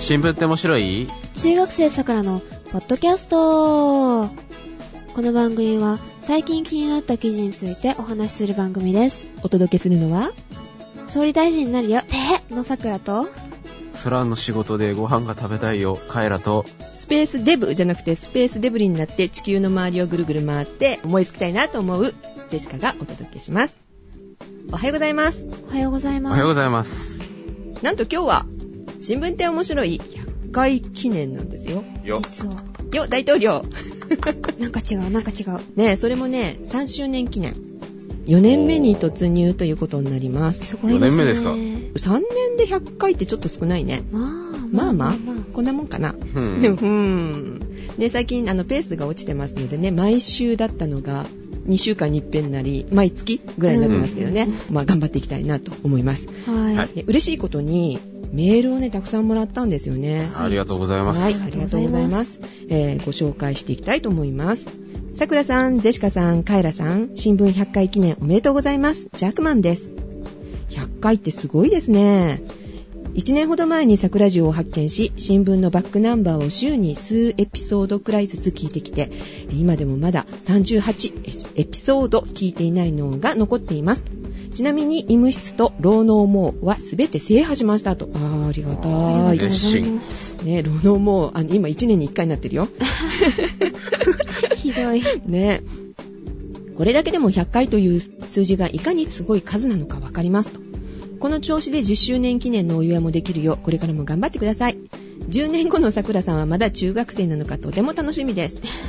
新聞って面白い？ 中学生さくらのポッドキャスト。この番組は最近気になった記事についてお話しする番組です。 お届けするのは総理大臣になるよてへのさくらと、 空の仕事でご飯が食べたいよカエラと、 スペースデブじゃなくてスペースデブリになって地球の周りをぐるぐる回って燃え尽きたいなと思うジェシカがお届けします。おはようございます。 おはようございます。 おはようございます。 なんと今日は新聞って面白い100回記念なんですよ。 実はよ大統領なんか違うねえ、それもね3周年記念4年目に突入ということになります。 すごいですね。 4年目ですか。 3年で100回ってちょっと少ないね。まあこんなもんかな。ね、最近ペースが落ちてますのでね、毎週だったのが2週間に一遍なり毎月ぐらいになってますけどね、頑張っていきたいなと思います。 はい。 嬉しいことにメールをねたくさんもらったんですよね。 ありがとうございます。 はい、ありがとうございます。ご紹介していきたいと思います。さくらさん、ジェシカさん、カエラさん、新聞100回記念おめでとうございます。ジャークマンです。100回ってすごいですね。1年ほど前にさくらジオを発見し、新聞のバックナンバーを週に数エピソードくらいずつ聞いてきて、今でもまだ38エピソード聞いていないのが残っています。ちなみに医務室と労農網はすべて制覇しましたと。ありがたい。 熱心。 ね、労農網今1年に1回になってるよ。 ひどい。 ね。これだけでも100回という数字がいかにすごい数なのかわかりますと。この調子で10周年記念のお祝いもできるようこれからも頑張ってください。10年後のさくらさんはまだ中学生なのかとても楽しみです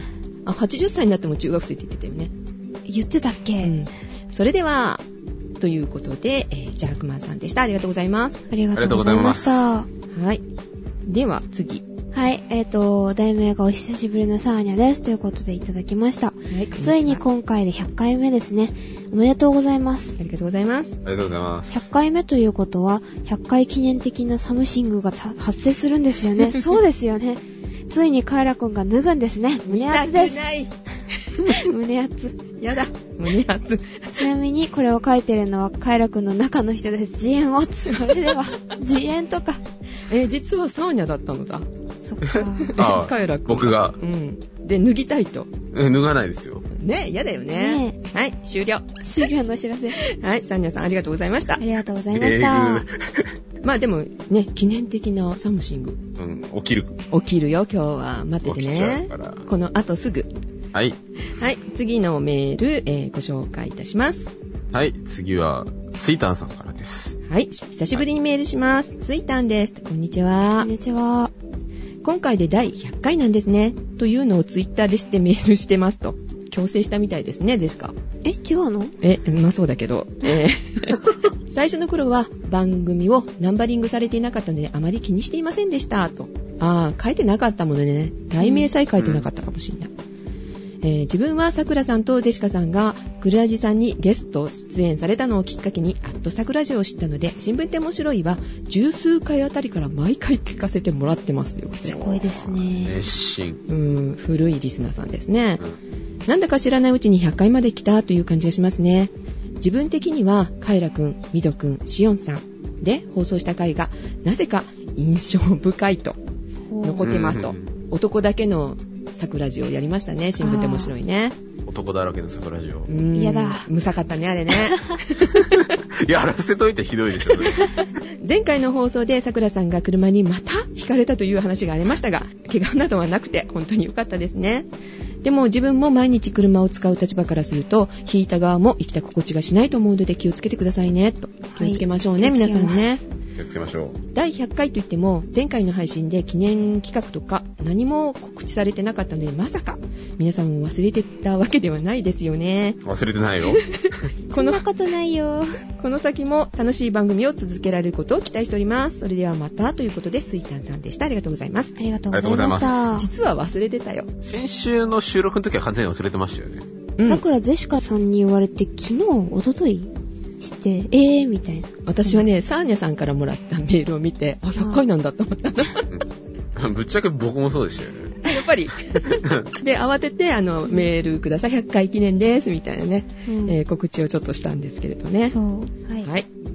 。80歳になっても中学生って言ってたよね。 言ってたっけ、 それではということで、ジャークマンさんでした。ありがとうございます。 ありがとうございました。 はい。では次。 はい、題名がお久しぶりのサーニャですということでいただきました。はい、ついに今回で100回目ですね。おめでとうございます。 ありがとうございます。 ありがとうございます。 100回目ということは100回記念的なサムシングが発生するんですよね。そうですよね。ついにカエラくんが脱ぐんですね。胸熱です。胸熱。 やだ。胸熱。 ちなみにこれを書いてるのはカエラくんの中の人です。自演を。それでは自演とか。 実はサーニャだったのだ。 そっか。 カエラくん。 僕が。 で脱ぎたいと。 脱がないですよ。 ね、やだよね。はい、終了のお知らせ。はい、サーニャさんありがとうございました。 ありがとうございました。 まあでもね、記念的なサムシング。 起きるよ、今日は。待っててね。この後すぐ。 はい。 はい、次のメール、ご紹介いたします。 はい、次は、スイタンさんからです。 はい、久しぶりにメールします。スイタンです。こんにちは。 こんにちは。 今回で第100回なんですね。というのをツイッターでしてメールしてますと。強制したみたいですね、ジェシカ。 違うの？ まあそうだけど。最初の頃は番組をナンバリングされていなかったのであまり気にしていませんでしたと。書いてなかったものでね、題名さえ書いてなかったかもしれない。自分はさくらさんとジェシカさんがクルラジさんにゲスト出演されたのをきっかけにさくらジを知ったので、新聞って面白いは十数回あたりから毎回聞かせてもらってますよ。 すごいですね。 熱心。 古いリスナーさんですね。なんだか知らないうちに100回まで来たという感じがしますね。自分的にはカエラくん、ミドくん、シオンさんで放送した回がなぜか印象深いと残ってますと。男だけの桜ジをやりましたね。新聞って面白いね。 男だらけの桜ジオ。 やだ。 むさかったね、あれね。 やらせといてひどいでしょ。 前回の放送で桜さんが車にまたひかれたという話がありましたが、怪我などはなくて本当に良かったですね。でも自分も毎日車を使う立場からすると、引いた側も生きた心地がしないと思うので気をつけてくださいねと。気をつけましょうね、皆さんね。 気をつけましょう。 第100回といっても前回の配信で記念企画とか何も告知されてなかったので、まさか皆さんも忘れてたわけではないですよね。 忘れてないよ。 そんなことないよ。 この先も楽しい番組を続けられることを期待しております。それではまたということで、スイタンさんでした。ありがとうございます。 ありがとうございました。 実は忘れてたよ。 先週の収録の時は完全に忘れてましたよね。 さくらジェシカさんに言われて昨日一昨日してみたいな。 私はね、サーニャさんからもらったメールを見て、100回なんだと思った。 ぶっちゃけ僕もそうでしたよね。 やっぱり。で、慌てて、メールください。100回記念です。みたいなね、告知をちょっとしたんですけれどね。 そう。 はい。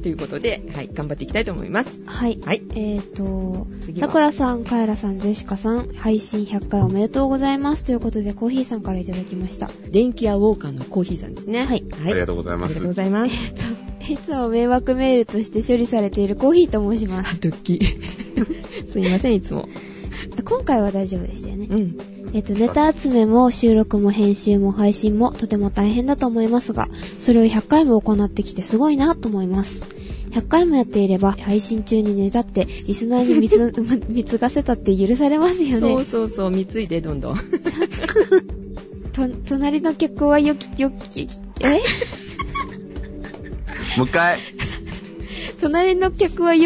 ということで、はい、頑張っていきたいと思います。 はい。 はい。 さくらさん、カエラさん、ゼシカさん、配信100回おめでとうございます。ということで、コーヒーさんからいただきました。 電気屋ウォーカーのコーヒーさんですね。はい。はい。 ありがとうございます。 ありがとうございます。 いつも迷惑メールとして処理されているコーヒーと申します。 ドッキすいません、いつも。 今回は大丈夫でしたよね。 うん。 ネタ集めも収録も編集も配信もとても大変だと思いますが、それを100回も行ってきてすごいなと思います。100回もやっていれば、配信中にねだって、リスナーに貢がせたって許されますよね。 そう、貢いでどんどん。 隣の客はもう一回。 隣の客は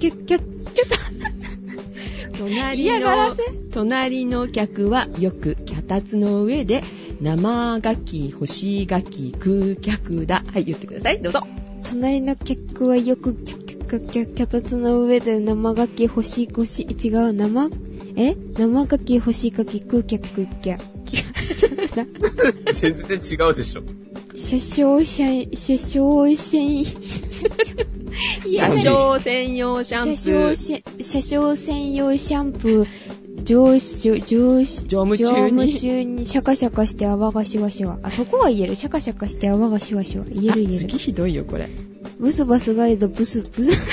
隣の客はよく脚立の上で生ガキ、干しガキ、食う客だ。はい、言ってください。どうぞ。 隣の客はよく脚立の上で生ガキ、干し、違う、生ガキ、干しガキ、食う客、 全然違うでしょ。 車掌専用シャンプー、乗務中にシャカシャカして泡がシワシワ。あ、そこは言える。シャカシャカして泡がシワシワ。言える。 次ひどいよ、これ。 ブスバスガイド、ブス。違う。 ブス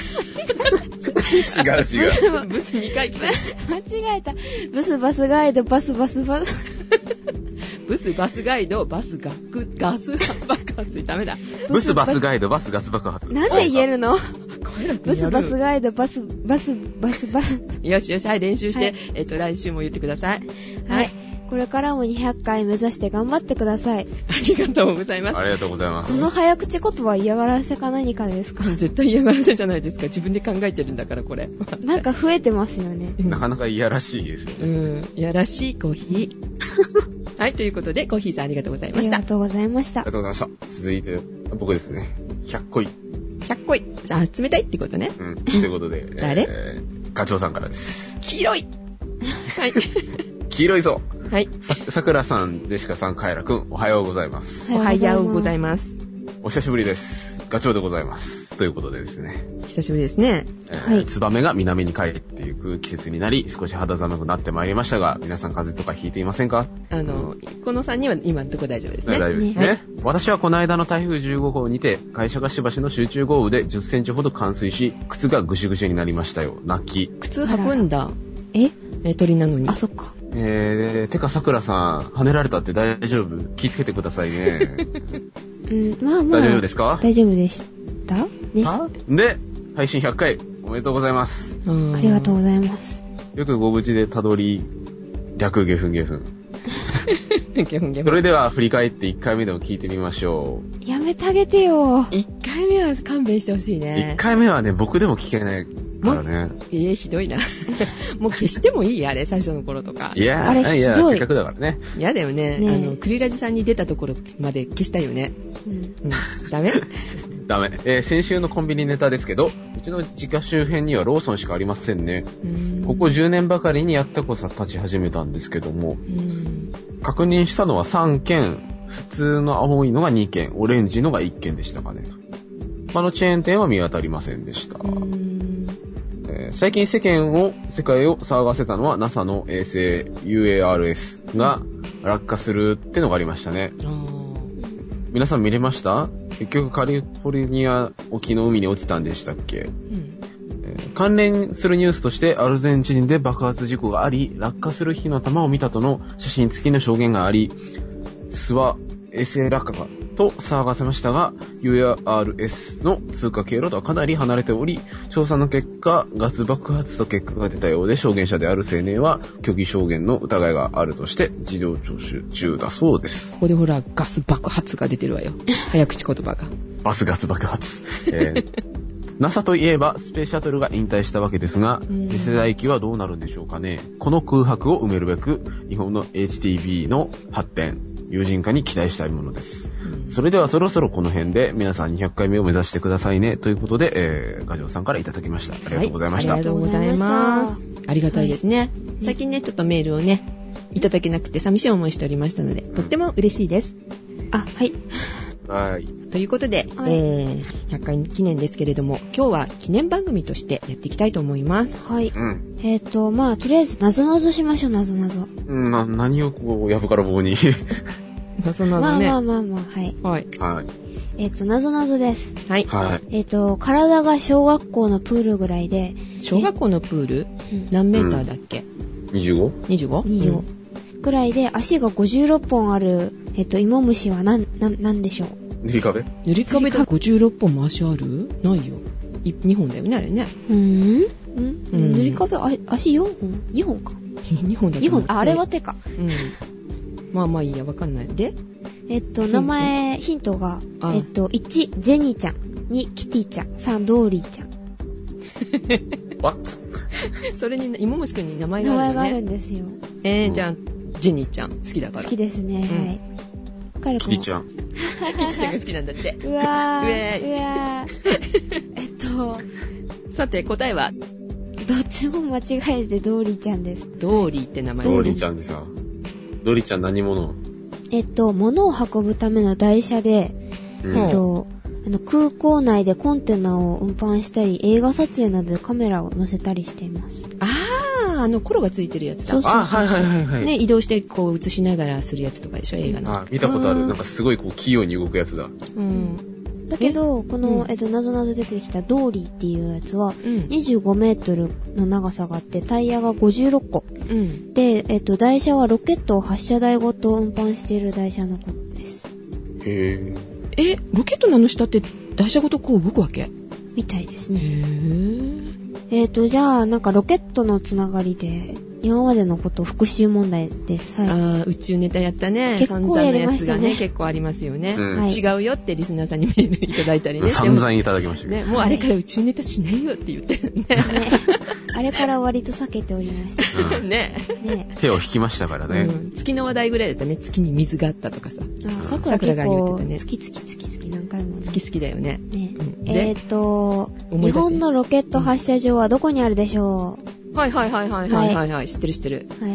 2回来た。 間違えた。ブスバスガイド、バス。 ブスバスガイド、バスガス爆発。ダメだ。 ブスバスガイド、バスガス爆発。 なんで言えるの？ブスバスガイド、バス。よし、はい、練習して、来週も言ってください。 はい。これからも200回目指して頑張ってください。 ありがとうございます。 ありがとうございます。 この早口言葉は嫌がらせか何かですか？ 絶対嫌がらせじゃないですか。自分で考えてるんだから、これ。 なんか増えてますよね。 なかなかいやらしいですよね。 いやらしいコーヒー。はい、ということで、コーヒーさんありがとうございました。 ありがとうございました。 ありがとうございました。続いて、僕ですね。100個い。 100個い。あ、冷たいってことね。 ということで、 誰？ ガチョウさんからです。 黄色い。はい。 黄色いぞ。 はい。 さくらさん、ジェシカさん、カエラくん、おはようございます。 おはようございます。 お久しぶりです。ガチョウでございます。ということでですね。 久しぶりですね。 はい。 ツバメが南に帰っていく季節になり、少し肌寒くなってまいりましたが、皆さん風邪とかひいていませんか？ この3人は今のとこ大丈夫ですね。 大丈夫ですね。はい、私はこの間の台風15号にて、会社がしばしの集中豪雨で10センチほど冠水し、靴がぐしゅぐしゅになりましたよ。泣き。 靴履くんだ。鳥なのに。 あ、そっか。 てかさくらさん、跳ねられたって大丈夫？気をつけてくださいね。 まあ。 大丈夫ですか？ 大丈夫でしたね。 で、配信100回、おめでとうございます。 ありがとうございます。 よくご無事でたどり、略ゲフン。 ゲフン。 それでは振り返って1回目でも聞いてみましょう。やめてあげてよ。 1回目は勘弁してほしいね。 1回目はね、僕でも聞けないからね。 ひどいな。もう消してもいいあれ、最初の頃とか。 いや、せっかくだからね。 嫌だよね。クリラジさんに出たところまで消したいよね。ダメ？ ダメ。先週のコンビニネタですけど、うちの実家周辺にはローソンしかありませんね。ここ10年ばかりにやったこそ立ち始めたんですけども、確認したのは3件、普通の青いのが2件、オレンジのが1件でしたかね。他のチェーン店は見当たりませんでした。最近世界を騒がせたのは NASA の衛星 UARS が落下するってのがありましたね。皆さん見れました？結局カリフォルニア沖の海に落ちたんでしたっけ？関連するニュースとしてアルゼンチンで爆発事故があり、落下する火の玉を見たとの写真付きの証言があり、巣は衛星落下かと騒がせましたが、UARS の通過経路とはかなり離れており、調査の結果、ガス爆発と結果が出たようで、証言者である青年は虚偽証言の疑いがあるとして事情聴取中だそうです。 ここでほら、ガス爆発が出てるわよ。早口言葉が。 ガス爆発。NASA といえばスペースシャトルが引退したわけですが、次世代機はどうなるんでしょうかね。この空白を埋めるべく、日本の HTB の発展、有人化に期待したいものです。それではそろそろこの辺で皆さん200回目を目指してくださいねということで、ガジョウさんからいただきました。ありがとうございました。 ありがとうございます。ありがたいですね。最近ね、ちょっとメールをね、いただけなくて寂しい思いしておりましたので、とっても嬉しいです。 はい。 はい。 ということで、 はい 100回記念ですけれども、今日は記念番組としてやっていきたいと思います。 はい。 うん。 まあ、とりあえず、なぞなぞしましょう、なぞなぞ。 何をこう、やぶから棒に。 なぞなぞね。 まあ、はい。 はい。 はい。 なぞなぞです。 はい。 はい。 体が小学校のプールぐらいで。 小学校のプール、何メーターだっけ？ 25？25。ぐらいで、足が56本ある、芋虫はなんでしょう？ 塗り壁？ 塗り壁で56本も足ある？ないよ。2本だよね、あれね。 塗り壁、足4本 ?2 本か。 2本だと 2本、あれは手か。 まあいいや、わかんない。で名前、ヒントが、1、ジェニーちゃん。2、キティちゃん。3、ドーリーちゃん。 What？ それに、芋虫くんに名前があるよね。 名前があるんですよ。 じゃあ、ジェニーちゃん、好きだから。 好きですね、はい。 キティちゃん。 キティちゃんが好きなんだって。 うわー。 さて、答えはどっちも間違えてドーリーちゃんです。 ドーリーって名前。 ドーリーちゃんでさ。ドーリーちゃん何者？ 物を運ぶための台車で、空港内でコンテナを運搬したり、映画撮影などでカメラを載せたりしています。 コロがついてるやつだ。 そう。 はい。 ね、移動してこう映しながらするやつとかでしょ、映画の。 見たことある。なんかすごいこう器用に動くやつだ。 だけど、この、なぞなぞ出てきたドーリーっていうやつは、25メートルの長さがあって、タイヤが56個。で、台車はロケットを発射台ごと運搬している台車のことです。 へぇ。ロケットの下って台車ごとこう動くわけ？ みたいですね。じゃあ、なんかロケットのつながりで、今までのことを復習問題で宇宙ネタやったね。 結構やりましたね。 結構ありますよね。 違うよってリスナーさんにメールいただいたりね。 散々いただきましたね。もうあれから宇宙ネタしないよって言ってるね。 あれから割と避けておりました。 ね。 手を引きましたからね。 月の話題ぐらいだったね。月に水があったとかさ。 桜が言ってたね。月何回も。 月好きだよね。 日本のロケット発射場はどこにあるでしょう？ はい。知ってる。はい。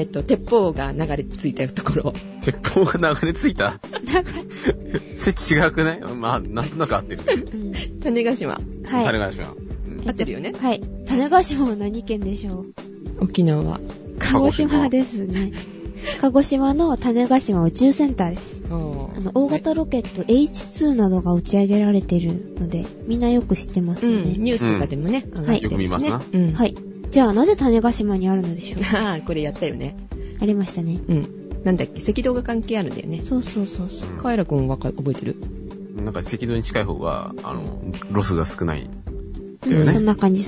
鉄砲が流れ着いたところ。 鉄砲が流れ着いた？それ違くない？まあ、なんとなく合ってる。 種子島。 はい。 種子島。 合ってるよね。 はい。種子島は何県でしょう？ 沖縄。 鹿児島ですね。鹿児島の種子島宇宙センターです。大型ロケット H2 などが打ち上げられているので、みんなよく知ってますよね。 ニュースとかでもね、 よく見ますな。 はい。じゃあ、なぜ種子島にあるのでしょう？ これやったよね。 ありましたね。 なんだっけ、赤道が関係あるんだよね。 そう。 カエラくん覚えてる？ なんか赤道に近い方が、ロスが少ない。 そんな感じ。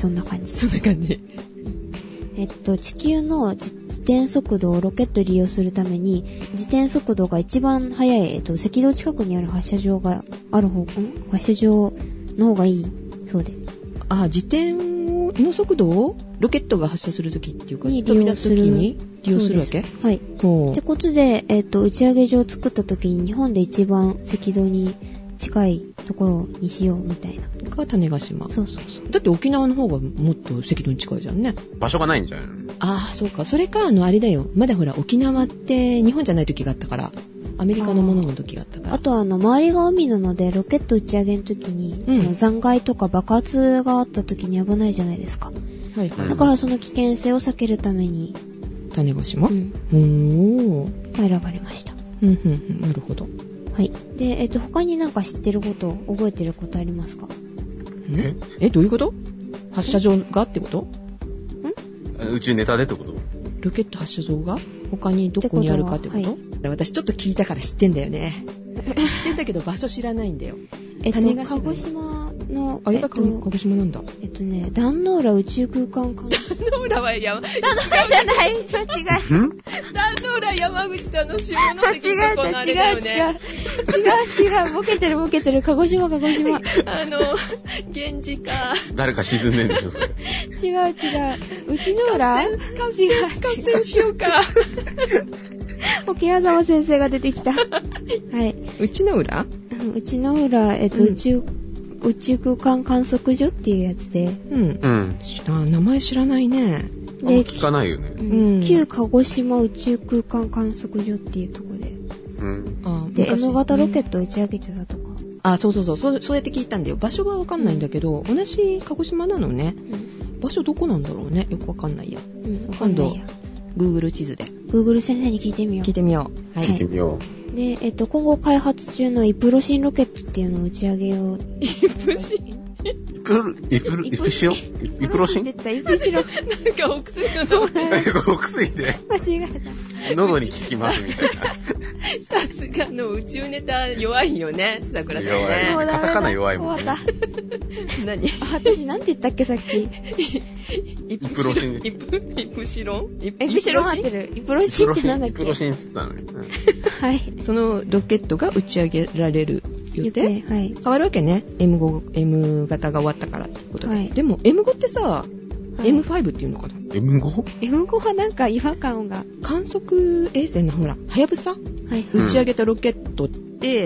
地球の自転速度をロケット利用するために、自転速度が一番速い、赤道近くにある発射場がある発射場の方がいいそうで。 自転の速度をロケットが発射するときっていうか、飛び出すときに利用するわけ？ はい。ってことで、打ち上げ場を作ったときに日本で一番赤道に近いところにしようみたいな。 が種子島。そう。だって沖縄の方がもっと赤道に近いじゃんね。 場所がないんじゃないの？ そうか。それか、あれだよ。まだほら、沖縄って日本じゃない時があったから、アメリカのものの時があったから。 あと周りが海なので、ロケット打ち上げの時に、その残骸とか爆発があった時に危ないじゃないですか。はい。だからその危険性を避けるために。 種子島？が選ばれました。 なるほど。 はい。で、他になんか知ってること、覚えてることありますか？ どういうこと？発射場がってこと？ 宇宙ネタでってこと？ ロケット発射場が他にどこにあるかってこと？私ちょっと聞いたから知ってんだよね。知ってんだけど場所知らないんだよ。 鹿児島の、 あれが鹿児島なんだ。 壇ノ浦宇宙空間観測所。 壇ノ浦は山、 壇ノ浦じゃない。間違い。 壇ノ浦山口と下関とこのあれだよね。 違う。ボケてる。鹿児島。 源氏か。 誰か沈んでんでしょ、それ。 違う。内之浦？ 合戦しようか。 桶谷沢先生が出てきた。はい。 内之浦？ 内之浦、宇宙空間観測所っていうやつで。 名前知らないね。 で、聞かないよね。 旧鹿児島宇宙空間観測所っていうとこで。で、M 型ロケット打ち上げてたとか。 あ、そうやって聞いたんだよ。場所はわかんないんだけど、同じ鹿児島なのね。場所どこなんだろうね。よくわかんないや。今度 Google 地図で Google 先生に聞いてみよう。 聞いてみよう。 はい。聞いてみよう。で、今後開発中のイプロシンロケットっていうのを打ち上げよう。 イプシンイプシロイプロシンイプシロ。 なんかお薬の名前。 お薬で。 間違えた。 喉に効きますみたいな。 さすがの宇宙ネタ弱いよね、桜さんね。 弱い。カタカナ弱いもんね。 何？ 私なんて言ったっけさっき。 イプロシン。イプシロン？ イプシロン合ってる。イプロシンってなんだっけ？ イプロシンって言ったのに。 はい。 そのロケットが打ち上げられる予定？ はい。 変わるわけね。M 型が終わったからってことで。はい、でも M5 ってさ、M5 っていうのかな？ M5 はなんか違和感が。 観測衛星のほら、はやぶさ、打ち上げたロケットって、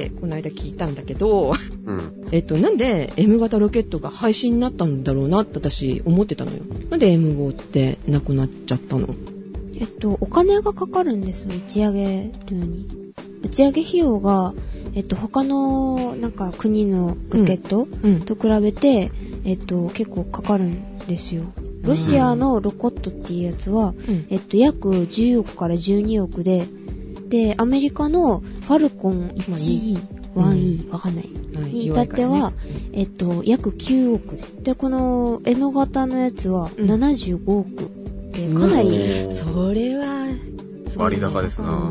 この間聞いたんだけど、なんで M 型ロケットが廃止になったんだろうなって私思ってたのよ。なんで M5 ってなくなっちゃったの？ お金がかかるんです、打ち上げるのに。打ち上げ費用が、他のなんか国のロケット、と比べて、結構かかるんですよ。ロシアのロコットっていうやつは、約10億から12億で、アメリカのファルコン 1E、1E、わかんない。に至っては、約9億で。この M 型のやつは75億で、かなり。 それは、 割高ですな。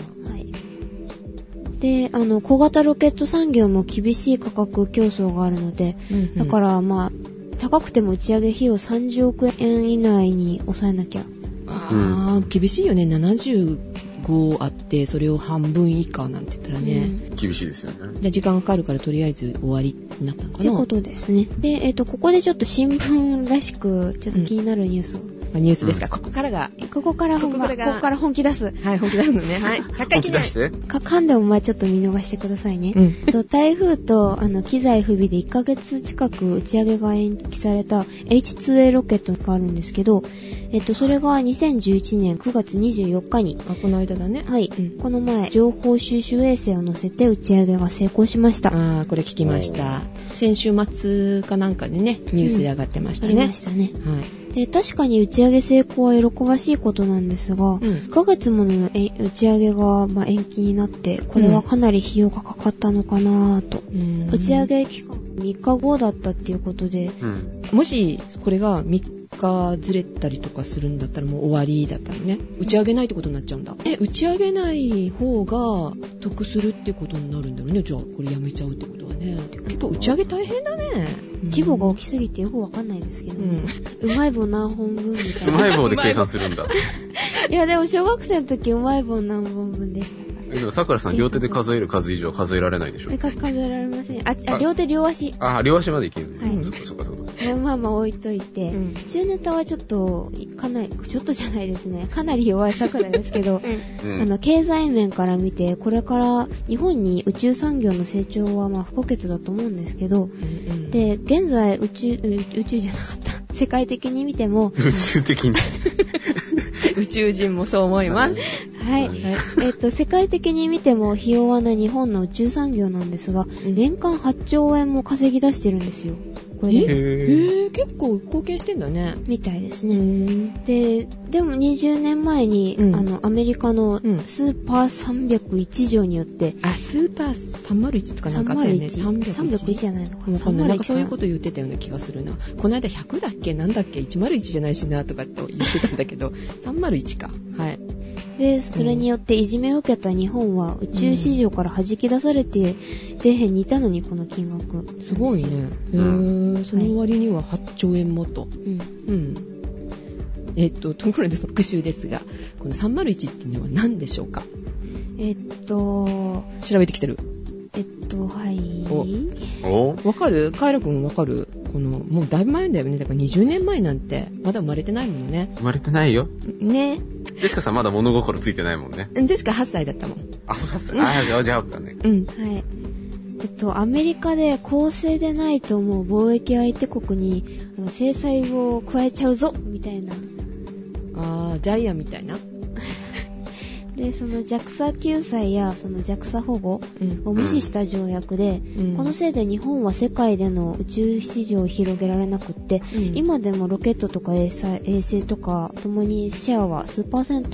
で、小型ロケット産業も厳しい価格競争があるので、だからまあ、高くても打ち上げ費用30億円以内に抑えなきゃ。 厳しいよね。75あって、それを半分以下なんて言ったらね。 厳しいですよね。 じゃあ時間かかるからとりあえず終わりになったのかな。 ってことですね。で、ここでちょっと新聞らしく、ちょっと気になるニュースを。 ニュースですか。ここから本気出す。 はい、本気出すのね。はい。100回記念。 噛んでもまあちょっと見逃してくださいね。台風と機材不備で1ヶ月近く打ち上げが延期された H2A ロケットがあるんですけど、それが2011年9月24日に。 この間だね。 はい。この前、情報収集衛星を乗せて打ち上げが成功しました。 これ聞きました。先週末かなんかでね、ニュースで上がってましたね。 ありましたね。 はい。 で、確かに打ち上げ成功は喜ばしいことなんですが、1ヶ月もの打ち上げが延期になって、これはかなり費用がかかったのかなぁと。打ち上げ期間3日後だったっていうことで、 もしこれが3日ずれたりとかするんだったらもう終わりだったのね。打ち上げないってことになっちゃうんだ。打ち上げない方が得するってことになるんだろうね。じゃあこれやめちゃうってことはね。結構打ち上げ大変だね。 規模が大きすぎてよくわかんないですけどね。うまい棒何本分みたいな。 うまい棒で計算するんだ。 いやでも小学生の時うまい棒何本分でしたから。 でもさくらさん両手で数える数以上数えられないでしょ。 数えられません。両手両足。 両足までいけるね。 はい。 そうか。 まあ置いといて、中ネタはちょっとじゃないですね。かなり弱いさくらですけど、経済面から見て、これから日本に宇宙産業の成長は不可欠だと思うんですけど、で、現在宇宙じゃなかった。世界的に見ても。 宇宙的に。 宇宙人もそう思います。 はい。世界的に見ても、ひ弱な日本の宇宙産業なんですが、年間8兆円も稼ぎ出してるんですよ。これで。結構貢献してんだね。 みたいですね。でも20年前に、アメリカのスーパー301条によって、 スーパー301とかなんかあったよね。 301じゃないのかな。 なんかそういうこと言ってたような気がするな。この間100だっけなんだっけ101じゃないしなとかって言ってたんだけど、301か。はい。 で、それによっていじめを受けた日本は宇宙市場から弾き出されて底辺にいたのにこの金額。 すごいね。その割には8兆円もと。ところで復習ですが、この301っていうのは何でしょうか？調べてきてる。 はい。 わかる？カイラ君わかる？もうだいぶ前だよね。だから20年前なんて、まだ生まれてないものね。 生まれてないよ。 ね。 ジェシカさんまだ物心ついてないもんね。 ジェシカ8歳だったもん。 8歳。じゃあわかんない。 はい。アメリカで公正でないと思う貿易相手国に制裁を加えちゃうぞみたいな。 ジャイアンみたいな。 で、その JAXA 救済やその JAXA 保護を無視した条約で、このせいで日本は世界での宇宙市場を広げられなくって、今でもロケットとか衛星とかともにシェアは数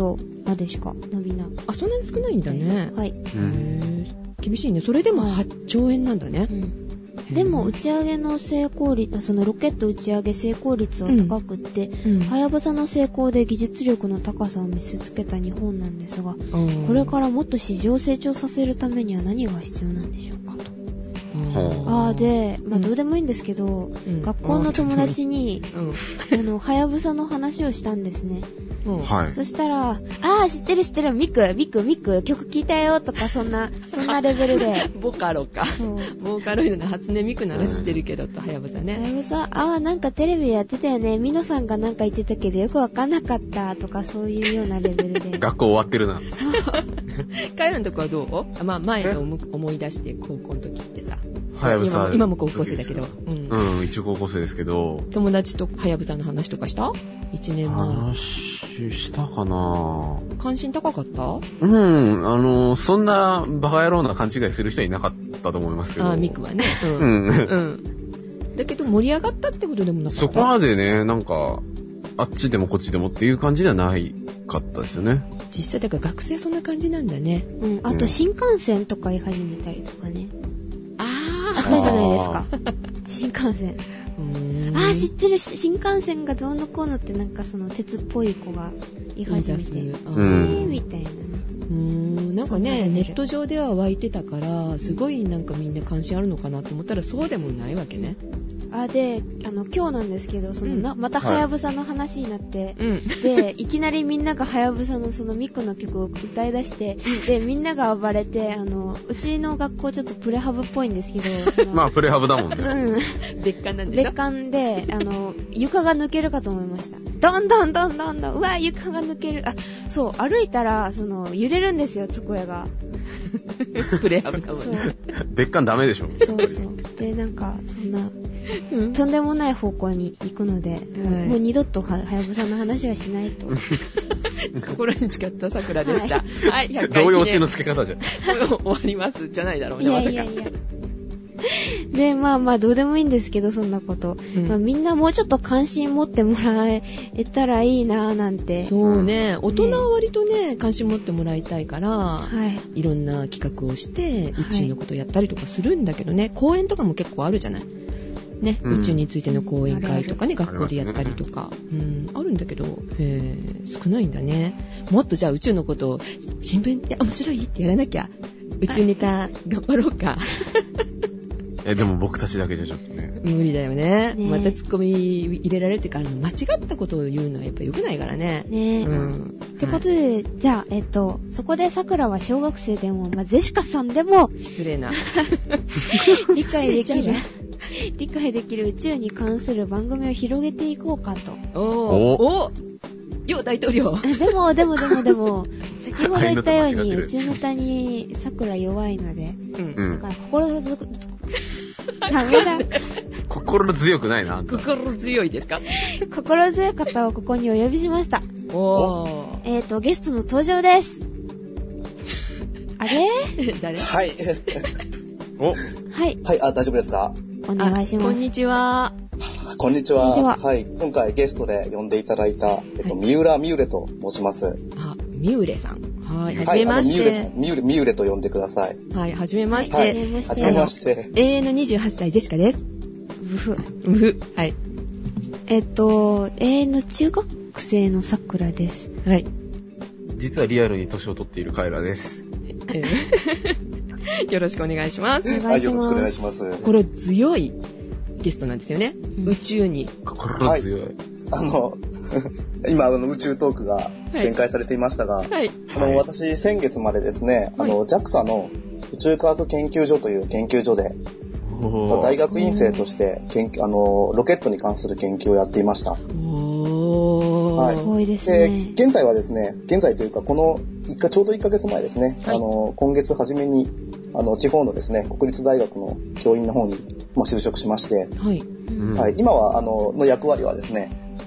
%までしか伸びない。 あ、そんなに少ないんだね。 はい。 厳しいね。それでも8兆円なんだね。 でも打ち上げの成功率、そのロケット打ち上げ成功率は高くって、はやぶさの成功で技術力の高さを見せつけた日本なんですが、これからもっと市場を成長させるためには何が必要なんでしょうかと。で、どうでもいいんですけど、学校の友達に、はやぶさの話をしたんですね。そしたら、知ってる、ミク、曲聴いたよとか、そんなレベルで。 ボカロか。そう。ボーカロイドの初音ミクなら知ってるけど、はやぶさね。 はやぶさ、なんかテレビやってたよね。ミノさんがなんか言ってたけど、よくわかんなかったとか、そういうようなレベルで。 学校終わってるな。 そう。 カエラのとこはどう？前を思い出して、高校の時ってさ。 はやぶさ。 今も高校生だけど。 一応高校生ですけど。 友達とはやぶさの話とかした？ 1 年前。 話したかな？ 関心高かった？ そんなバカ野郎な勘違いする人はいなかったと思いますけど。 ミクはね。だけど盛り上がったってことでもなかった？ そこまでね、なんか、あっちでもこっちでもっていう感じではないかったですよね。 実際だから学生そんな感じなんだね。 あと新幹線とか言い始めたりとかね。あったじゃないですか。新幹線。知ってるし、新幹線がどうのこうのってなんかその鉄っぽい子が言い始めて。みたいなね。 なんかね、ネット上では湧いてたから、すごいなんかみんな関心あるのかなと思ったらそうでもないわけね。 で、今日なんですけど、またはやぶさの話になって、で、いきなりみんながはやぶさのそのミクの曲を歌い出して、で、みんなが暴れて、うちの学校ちょっとプレハブっぽいんですけど、 プレハブだもんね。 別館なんでしょ？ 別館で、床が抜けるかと思いました。どんどん、うわ、床が抜ける。そう、歩いたら、揺れるんですよ、机が。 プレハブだもんね。 別館ダメでしょ？ そう。で、なんか、そんな、とんでもない方向に行くので、もう二度とはやぶさの話はしないと。 心に誓った桜でした。はい、100回記念。 どういうオチの付け方じゃん。 終わりますじゃないだろうね、まさか。いや。 で、どうでもいいんですけど、そんなこと。みんなもうちょっと関心持ってもらえたらいいなぁなんて。 そうね、大人は割とね、関心持ってもらいたいから、いろんな企画をして、宇宙のことをやったりとかするんだけどね、講演とかも結構あるじゃない。ね、宇宙についての講演会とかね、学校でやったりとか、あるんだけど、少ないんだね。もっとじゃあ宇宙のことを、新聞って面白いってやらなきゃ、宇宙ネタ頑張ろうか。 でも僕たちだけじゃちょっとね。 無理だよね。またツッコミ入れられるっていうか、間違ったことを言うのはやっぱ良くないからね。 ってことで、じゃあ、そこで桜は小学生でも、ゼシカさんでも、 失礼な。 理解できる宇宙に関する番組を広げていこうかと。 およ、大統領。 でも、先ほど言ったように、宇宙ネタに桜弱いので、だからダメだ。 心強くないな。 心強いですか？ 心強い方をここにお呼びしました。ゲストの登場です。あれ？ 誰？ はい。 はい。 はい、大丈夫ですか？ お願いします。 こんにちは。 こんにちは。はい。今回ゲストで呼んでいただいた、三浦ミューレと申します。 ミューレさん。はい、はじめまして。 ミューレと呼んでください。 はい、はじめまして。 はじめまして。 永遠の28歳ジェシカです。はい。 永遠の中学生の桜です。 はい。 実はリアルに年を取っているカエラです。 よろしくお願いします。 はい、よろしくお願いします。 心強いゲストなんですよね。宇宙に。 心強い。 今、宇宙トークが展開されていましたが、私、先月までですね、JAXA の宇宙科学研究所という研究所で、大学院生としてロケットに関する研究をやっていました。 すごいですね。 現在はですね、現在というか、ちょうど1ヶ月前ですね、今月初めに、地方のですね、国立大学の教員の方に、就職しまして、今は、の役割はですね、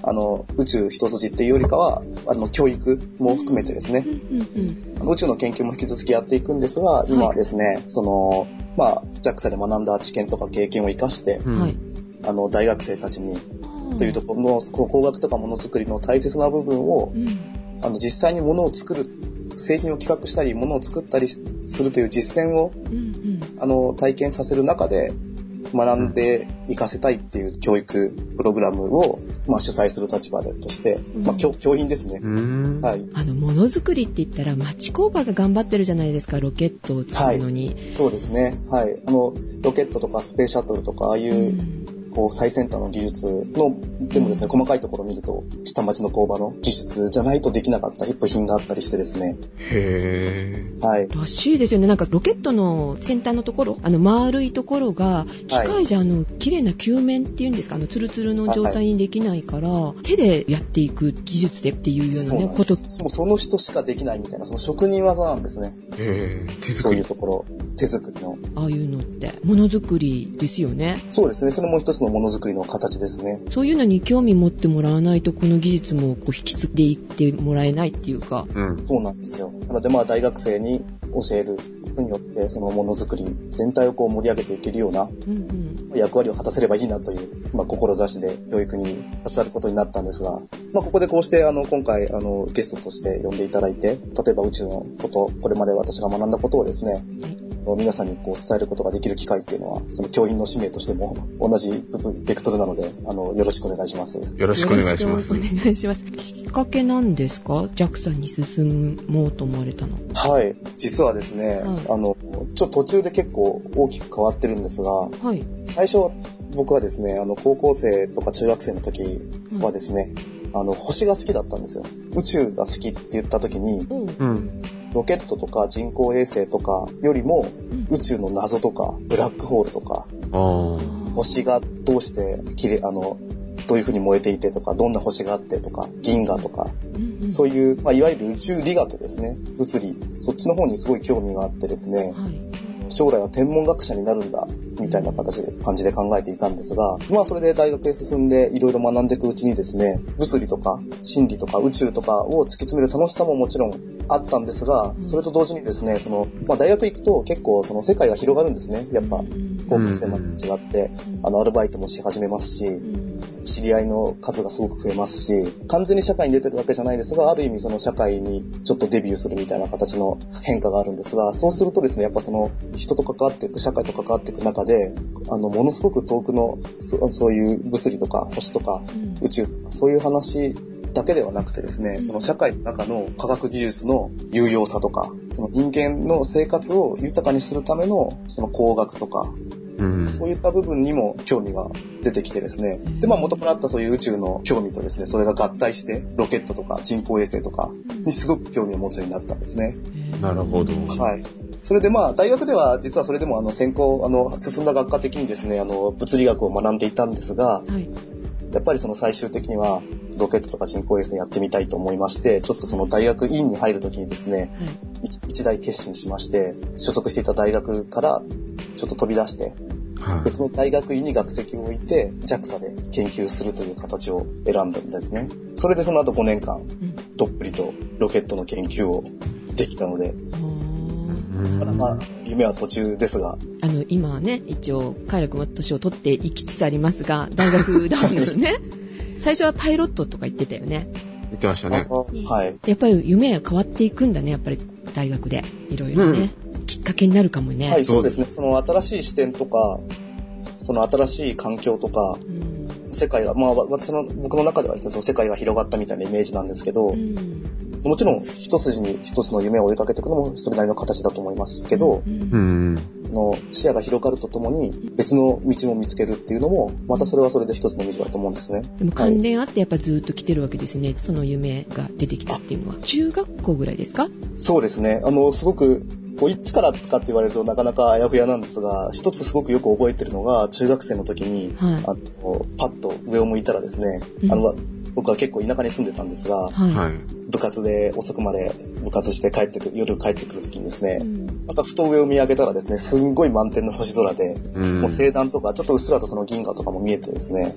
宇宙一筋っていうよりかは、教育も含めてですね、宇宙の研究も引き続きやっていくんですが、今はですね、JAXA で学んだ知見とか経験を生かして、大学生たちに、というところの、工学とかものづくりの大切な部分を、実際にものを作る、製品を企画したり、ものを作ったりするという実践を、体験させる中で、学んで活かせたいっていう教育プログラムを、主催する立場として、教員ですね。 はい。ものづくりって言ったら町工場が頑張ってるじゃないですか、ロケットを作るのに。 そうですね。はい。ロケットとかスペースシャトルとか、ああいう、最先端の技術の、でもですね、細かいところを見ると、下町の工場の技術じゃないとできなかった一歩品があったりしてですね。はい。 らしいですよね。なんかロケットの先端のところ、丸いところが、機械じゃ綺麗な球面っていうんですか、ツルツルの状態にできないから、手でやっていく技術でっていうようなね、こと。 もうその人しかできないみたいな、その職人技なんですね。そういうところ、手作りの。 ああいうのって、ものづくりですよね。 そうですね。それも一つのものづくりの形ですね。 そういうのに興味持ってもらわないと、この技術も引き継いでいってもらえないっていうか。 そうなんですよ。なので大学生に教えることによって、そのものづくり全体を盛り上げていけるような役割を果たせればいいなという、志で教育に携わることになったんですが、ここでこうして今回ゲストとして呼んでいただいて、例えば宇宙のこと、これまで私が学んだことをですね、皆さんに伝えることができる機会っていうのは、その教員の使命としても同じベクトルなので、よろしくお願いします。 よろしくお願いします。 お願いします。きっかけなんですか？ JAXA に進もうと思われたの。 はい。実はですね、ちょっと途中で結構大きく変わってるんですが、最初僕はですね、高校生とか中学生の時はですね、星が好きだったんですよ。宇宙が好きって言った時に、ロケットとか人工衛星とかよりも、宇宙の謎とかブラックホールとか、星がどうしてどういう風に燃えていてとか、どんな星があってとか、銀河とか、そういう、いわゆる宇宙理学ですね、物理、そっちの方にすごい興味があってですね、将来は天文学者になるんだみたいな感じで考えていたんですが、それで大学へ進んでいろいろ学んでいくうちにですね、物理とか心理とか宇宙とかを突き詰める楽しさももちろんあったんですが、それと同時にですね、大学行くと結構世界が広がるんですね。やっぱ高校生まで違って、アルバイトもし始めますし、知り合いの数がすごく増えますし、完全に社会に出てるわけじゃないですが、ある意味社会にちょっとデビューするみたいな形の変化があるんですが、そうするとですね、やっぱ人と関わっていく、社会と関わっていく中で、ものすごく遠くのそういう物理とか星とか宇宙とかそういう話だけではなくてですね、社会の中の科学技術の有用さとか、人間の生活を豊かにするための工学とか、そういった部分にも興味が出てきてですね。で、元からあったそういう宇宙の興味とですね、それが合体して、ロケットとか人工衛星とかにすごく興味を持つようになったんですね。 なるほど。 はい。それで大学では実はそれでも専攻、進んだ学科的にですね、物理学を学んでいたんですが、やっぱり最終的にはロケットとか人工衛星やってみたいと思いまして、ちょっと大学院に入るときにですね、一大決心しまして、所属していた大学からちょっと飛び出して、別の大学院に学籍を置いて JAXA で研究するという形を選んだんですね。それでその後5年間、どっぷりとロケットの研究をできたので、夢は途中ですが。 今はね、一応、カイラ君は年を取っていきつつありますが、大学だもんね。最初はパイロットとか言ってたよね。 言ってましたね。 はい。 やっぱり夢は変わっていくんだね、やっぱり大学で。いろいろね。きっかけになるかもね。 はい、そうですね。新しい視点とか、新しい環境とか、世界が、僕の中では世界が広がったみたいなイメージなんですけど、もちろん一筋に一つの夢を追いかけていくのもそれなりの形だと思いますけど、視野が広がるとともに別の道も見つけるっていうのもまたそれはそれで一つの道だと思うんですね。 でも関連あってやっぱずっと来てるわけですね、その夢が出てきたっていうのは。中学校ぐらいですか？ そうですね。すごくいつからかって言われるとなかなかあやふやなんですが、一つすごくよく覚えてるのが中学生の時に、パッと上を向いたらですね、僕は結構田舎に住んでたんですが、部活で遅くまで部活して夜帰ってくる時にですね、またふと上を見上げたらですね、すんごい満天の星空で、もう星団とかちょっとうっすらと銀河とかも見えてですね、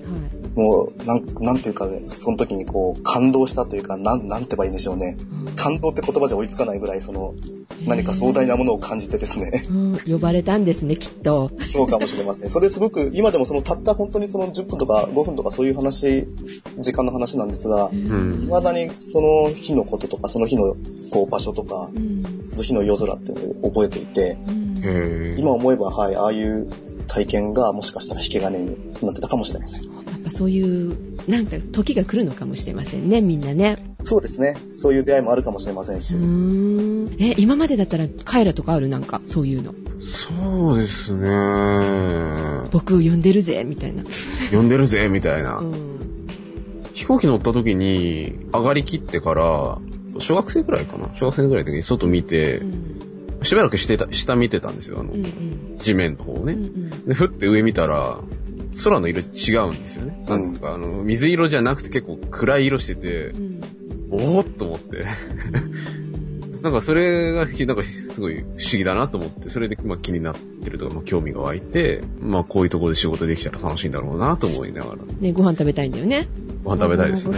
もう、なんていうかね、その時にこう、感動したというか、なんて言えばいいんでしょうね。感動って言葉じゃ追いつかないぐらい、何か壮大なものを感じてですね。 呼ばれたんですね、きっと。 そうかもしれません。それすごく、今でもたった本当に10分とか5分とかそういう時間の話なんですが、未だにその日のこととか、その日のこう場所とか、その日の夜空っていうのを覚えていて、今思えば、はい、ああいう体験がもしかしたら引き金になってたかもしれません。 やっぱそういうなんか時が来るのかもしれませんね、みんなね。 そうですね。そういう出会いもあるかもしれませんし。 今までだったらカエラとかある、なんかそういうの。 そうですね。 僕呼んでるぜみたいな。 呼んでるぜみたいな。飛行機乗った時に上がりきってから小学生ぐらいかな。小学生ぐらいの時に外見て。しばらく下見てたんですよ、地面の方をね。で、ふって上見たら、空の色違うんですよね。なんですか、水色じゃなくて結構暗い色してて、おーっと思って。なんかそれが、なんかすごい不思議だなと思って、それで気になってるとか、興味が湧いて、こういうところで仕事できたら楽しいんだろうなと思いながら。 ね、ご飯食べたいんだよね。 ご飯食べたいですね。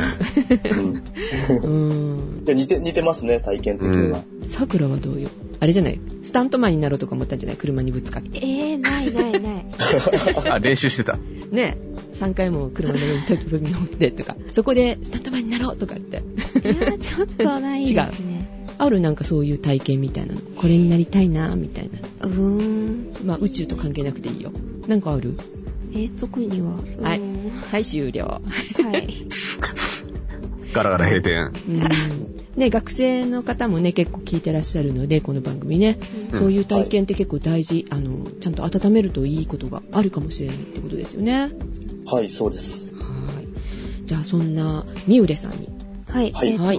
似てますね、体験的には。 さくらはどうよ。あれじゃない、スタントマンになろうとか思ったんじゃない、車にぶつかって。 ない。 あ、練習してた。 ね、3回も車の上に乗ってとか、そこでスタントマンになろうとかって。 いや、ちょっとないですね。 ある、なんかそういう体験みたいなの。これになりたいな、みたいな。宇宙と関係なくていいよ。なんかある？ 特には。 はい。最終了。 はい。 ガラガラ閉店。ね、学生の方もね、結構聞いてらっしゃるので、この番組ね、そういう体験って結構大事、ちゃんと温めるといいことがあるかもしれないってことですよね。 はい、そうです。 はい。じゃあ、そんなみうれさんに。 はい。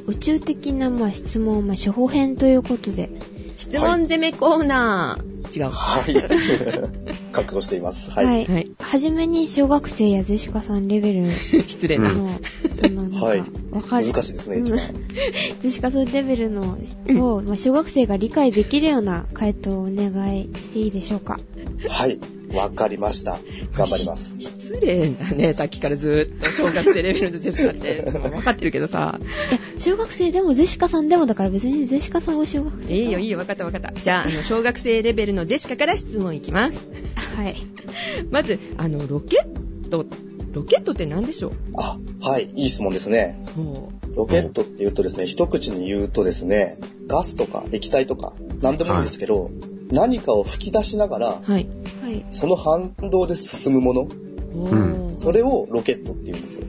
宇宙的な質問、処方編ということで。 質問攻めコーナー。違う。 はい。覚悟しています。はい。 はじめに小学生やゼシカさんレベル失礼な。 はい。難しいですね、一番。 ゼシカさんレベルのを、小学生が理解できるような回答をお願いしていいでしょうか。 はい。わかりました。頑張ります。 失礼だね、さっきからずっと小学生レベルのゼシカって分かってるけどさ。 いや、小学生でもゼシカさんでもだから別にゼシカさんを小学生。 いいよ、分かった。じゃあ、小学生レベルのゼシカから質問いきます。 はい。 まず、ロケットって何でしょう？ はい、いい質問ですね。ロケットって言うとですね、一口に言うとですね、ガスとか液体とか何でもいいんですけど、何かを吹き出しながら、その反動で進むもの、それをロケットって言うんですよ。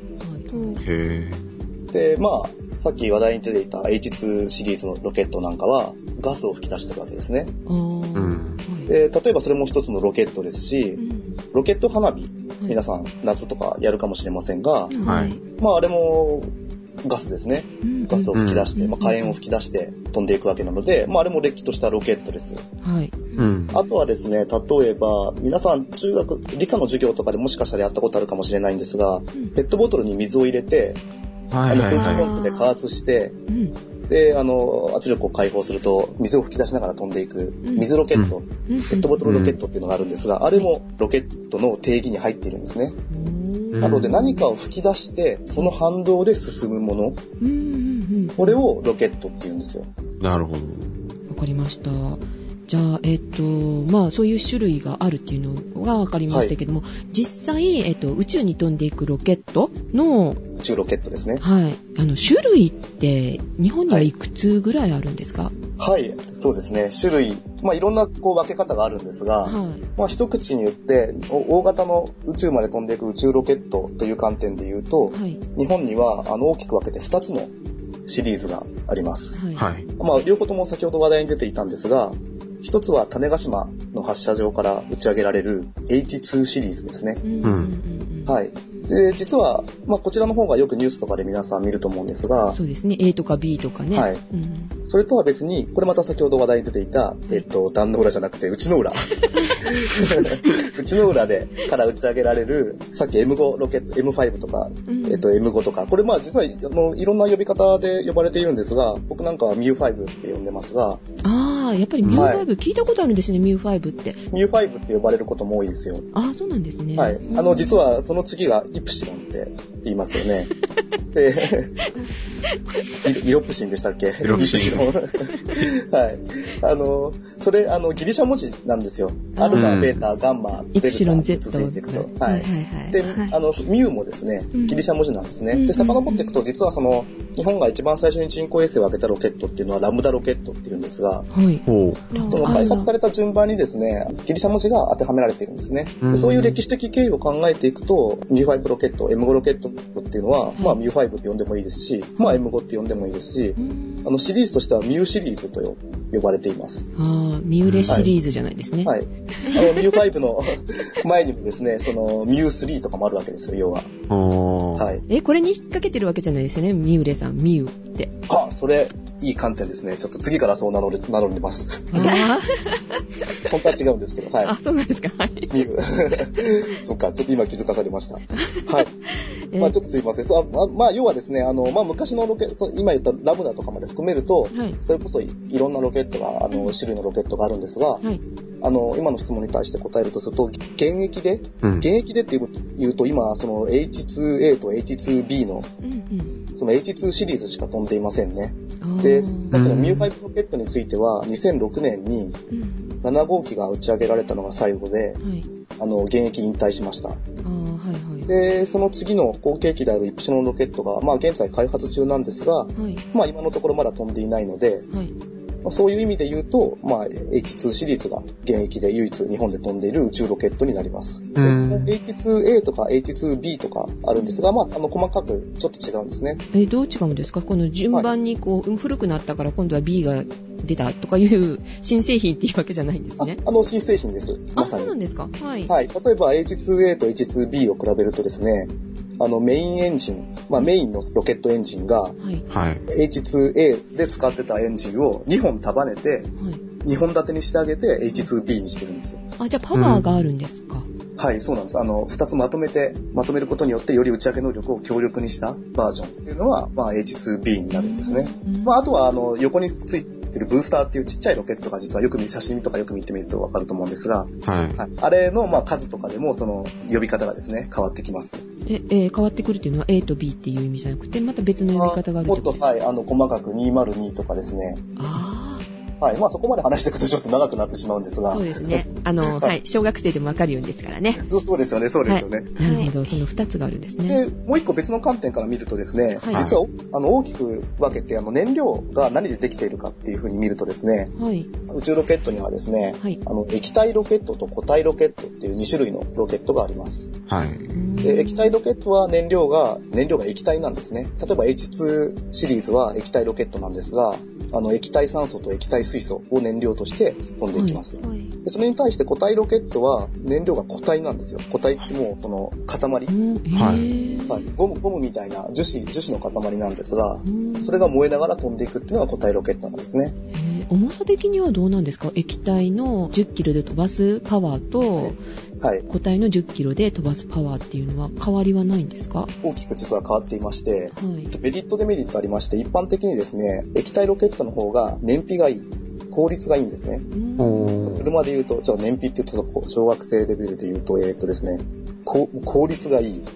で、さっき話題に出ていた H2 シリーズのロケットなんかはガスを吹き出してるわけですね。で、例えばそれも一つのロケットですし、ロケット花火、皆さん夏とかやるかもしれませんが、あれもガスですね。ガスを吹き出して、火炎を吹き出して飛んでいくわけなので、あれもれっきとしたロケットです。あとはですね、例えば皆さん理科の授業とかでもしかしたらやったことあるかもしれないんですが、ペットボトルに水を入れて、空気ポンプで加圧して、で、圧力を解放すると水を吹き出しながら飛んでいく水ロケット、ペットボトルロケットっていうのがあるんですが、あれもロケットの定義に入っているんですね。なので何かを吹き出してその反動で進むもの、これをロケットっていうんですよ。 なるほど。 わかりました。じゃあ、そういう種類があるっていうのが分かりましたけども、実際、宇宙に飛んでいくロケットの宇宙ロケットですね。 はい。種類って日本にはいくつぐらいあるんですか？ はい、そうですね。種類、いろんな分け方があるんですが、一口に言って大型の宇宙まで飛んでいく宇宙ロケットという観点で言うと、日本には大きく分けて2つのシリーズがあります。両方とも先ほど話題に出ていたんですが、一つは種子島の発射場から打ち上げられる H2 シリーズですね。はい。で、実は、こちらの方がよくニュースとかで皆さん見ると思うんですが。 そうですね。A とか B とかね。 はい。それとは別に、これまた先ほど話題に出ていた、壇の浦じゃなくて、内の浦。内の浦から打ち上げられる、さっき M5 ロケット、M5 とか、M5 とか、これ実はいろんな呼び方で呼ばれているんですが、僕なんかは MU5 って呼んでますが。 ああ、やっぱりミュー5聞いたことあるんですね、ミュー5って。 ミュー5って呼ばれることも多いですよ。 ああ、そうなんですね。 はい。実はその次がイプシロンって言いますよね。で、イロプシンでしたっけ？イロプシン。 はい。それ、ギリシャ文字なんですよ。アルファ、ベータ、ガンマ、デルタって続いていくと。はい。で、ミューもですね、ギリシャ文字なんですね。で、遡っていくと、実は日本が一番最初に人工衛星を上げたロケットっていうのはラムダロケットっていうんですが、はい。その開発された順番にですね、ギリシャ文字が当てはめられているんですね。でそういう歴史的経緯を考えていくと、ミュー5ロケット、M5 ロケットっていうのは、まあミュー5って呼んでもいいですし、まあ M5 って呼んでもいいですし、シリーズとしてはミューシリーズと呼ばれています。 ああ、ミューレシリーズじゃないですね。 はい。ミュー5の前にもですね、ミュー3とかもあるわけですよ、要は。 はい。 これに引っ掛けてるわけじゃないですよね、ミューレさん、ミューって。 あ、それ、いい観点ですね。ちょっと次からそう名乗ります。本当は違うんですけど、はい。 あ、そうなんですか。はい。 ミュー。そっか、ちょっと今気づかされました。はい。まあちょっとすいません。まあ要はですね、昔のロケット、今言ったラムダとかまで含めると、はい、それこそいろんなロケットが、種類のロケットがあるんですが、はい、今の質問に対して答えるとすると、現役でっていうと、今、H2A と H2B の、その H2 シリーズしか飛んでいませんね。で、さっきのミュー5ロケットについては、2006年に7号機が打ち上げられたのが最後で、現役引退しました。で、その次の後継機であるイプシロンロケットが、まあ現在開発中なんですが、まあ今のところまだ飛んでいないので、まあ、そういう意味で言うと、まあ H2 シリーズが現役で唯一日本で飛んでいる宇宙ロケットになります。で H2A とか H2B とかあるんですが、まあ細かくちょっと違うんですね。 どう違うんですか？この順番に古くなったから今度は B が出たとかいう新製品っていうわけじゃないんですね。 新製品です。まさに。 そうなんですか。はい。 はい。例えば H2A と H2B を比べるとですね、メインエンジン、まあメインのロケットエンジンが、はい、H2A で使ってたエンジンを2本束ねて、2本立てにしてあげて H2B にしてるんですよ。 あ、じゃあパワーがあるんですか？ はい、そうなんです。2つまとめることによってより打ち上げ能力を強力にしたバージョンっていうのは、まあ H2B になるんですね。まああとは横についてるブースターっていうちっちゃいロケットが実は写真とかよく見てみるとわかると思うんですが、はい、あれのまあ数とかでもその呼び方がですね変わってきます。 変わってくるっていうのは A と B っていう意味じゃなくてまた別の呼び方があるってことですか？ もっとはい細かく202とかですね。はい。まあそこまで話していくとちょっと長くなってしまうんですが。 そうですね。はい。小学生でもわかるようにですからね。 そうですよね。そうですよね。 なるほど。その2つがあるんですね。 で、もう一個別の観点から見るとですね、実は大きく分けて燃料が何でできているかっていうふうに見るとですね、宇宙ロケットにはですね、液体ロケットと固体ロケットっていう2種類のロケットがあります。はい。で、液体ロケットは燃料が液体なんですね。例えば H2 シリーズは液体ロケットなんですが、液体酸素と液体水素を燃料として飛んでいきます。でそれに対して固体ロケットは燃料が固体なんですよ。固体ってもうその塊、ゴムみたいな樹脂の塊なんですが、それが燃えながら飛んでいくっていうのが固体ロケットなんですね。 重さ的にはどうなんですか？液体の10キロで飛ばすパワーと、固体の10キロで飛ばすパワーっていうのは変わりはないんですか？ 大きく実は変わっていまして、メリットデメリットありまして、一般的にですね、液体ロケットの方が燃費がいい、効率がいいんですね。車で言うと、じゃあ燃費って言うと小学生レベルで言うと、ですね、効率がいい。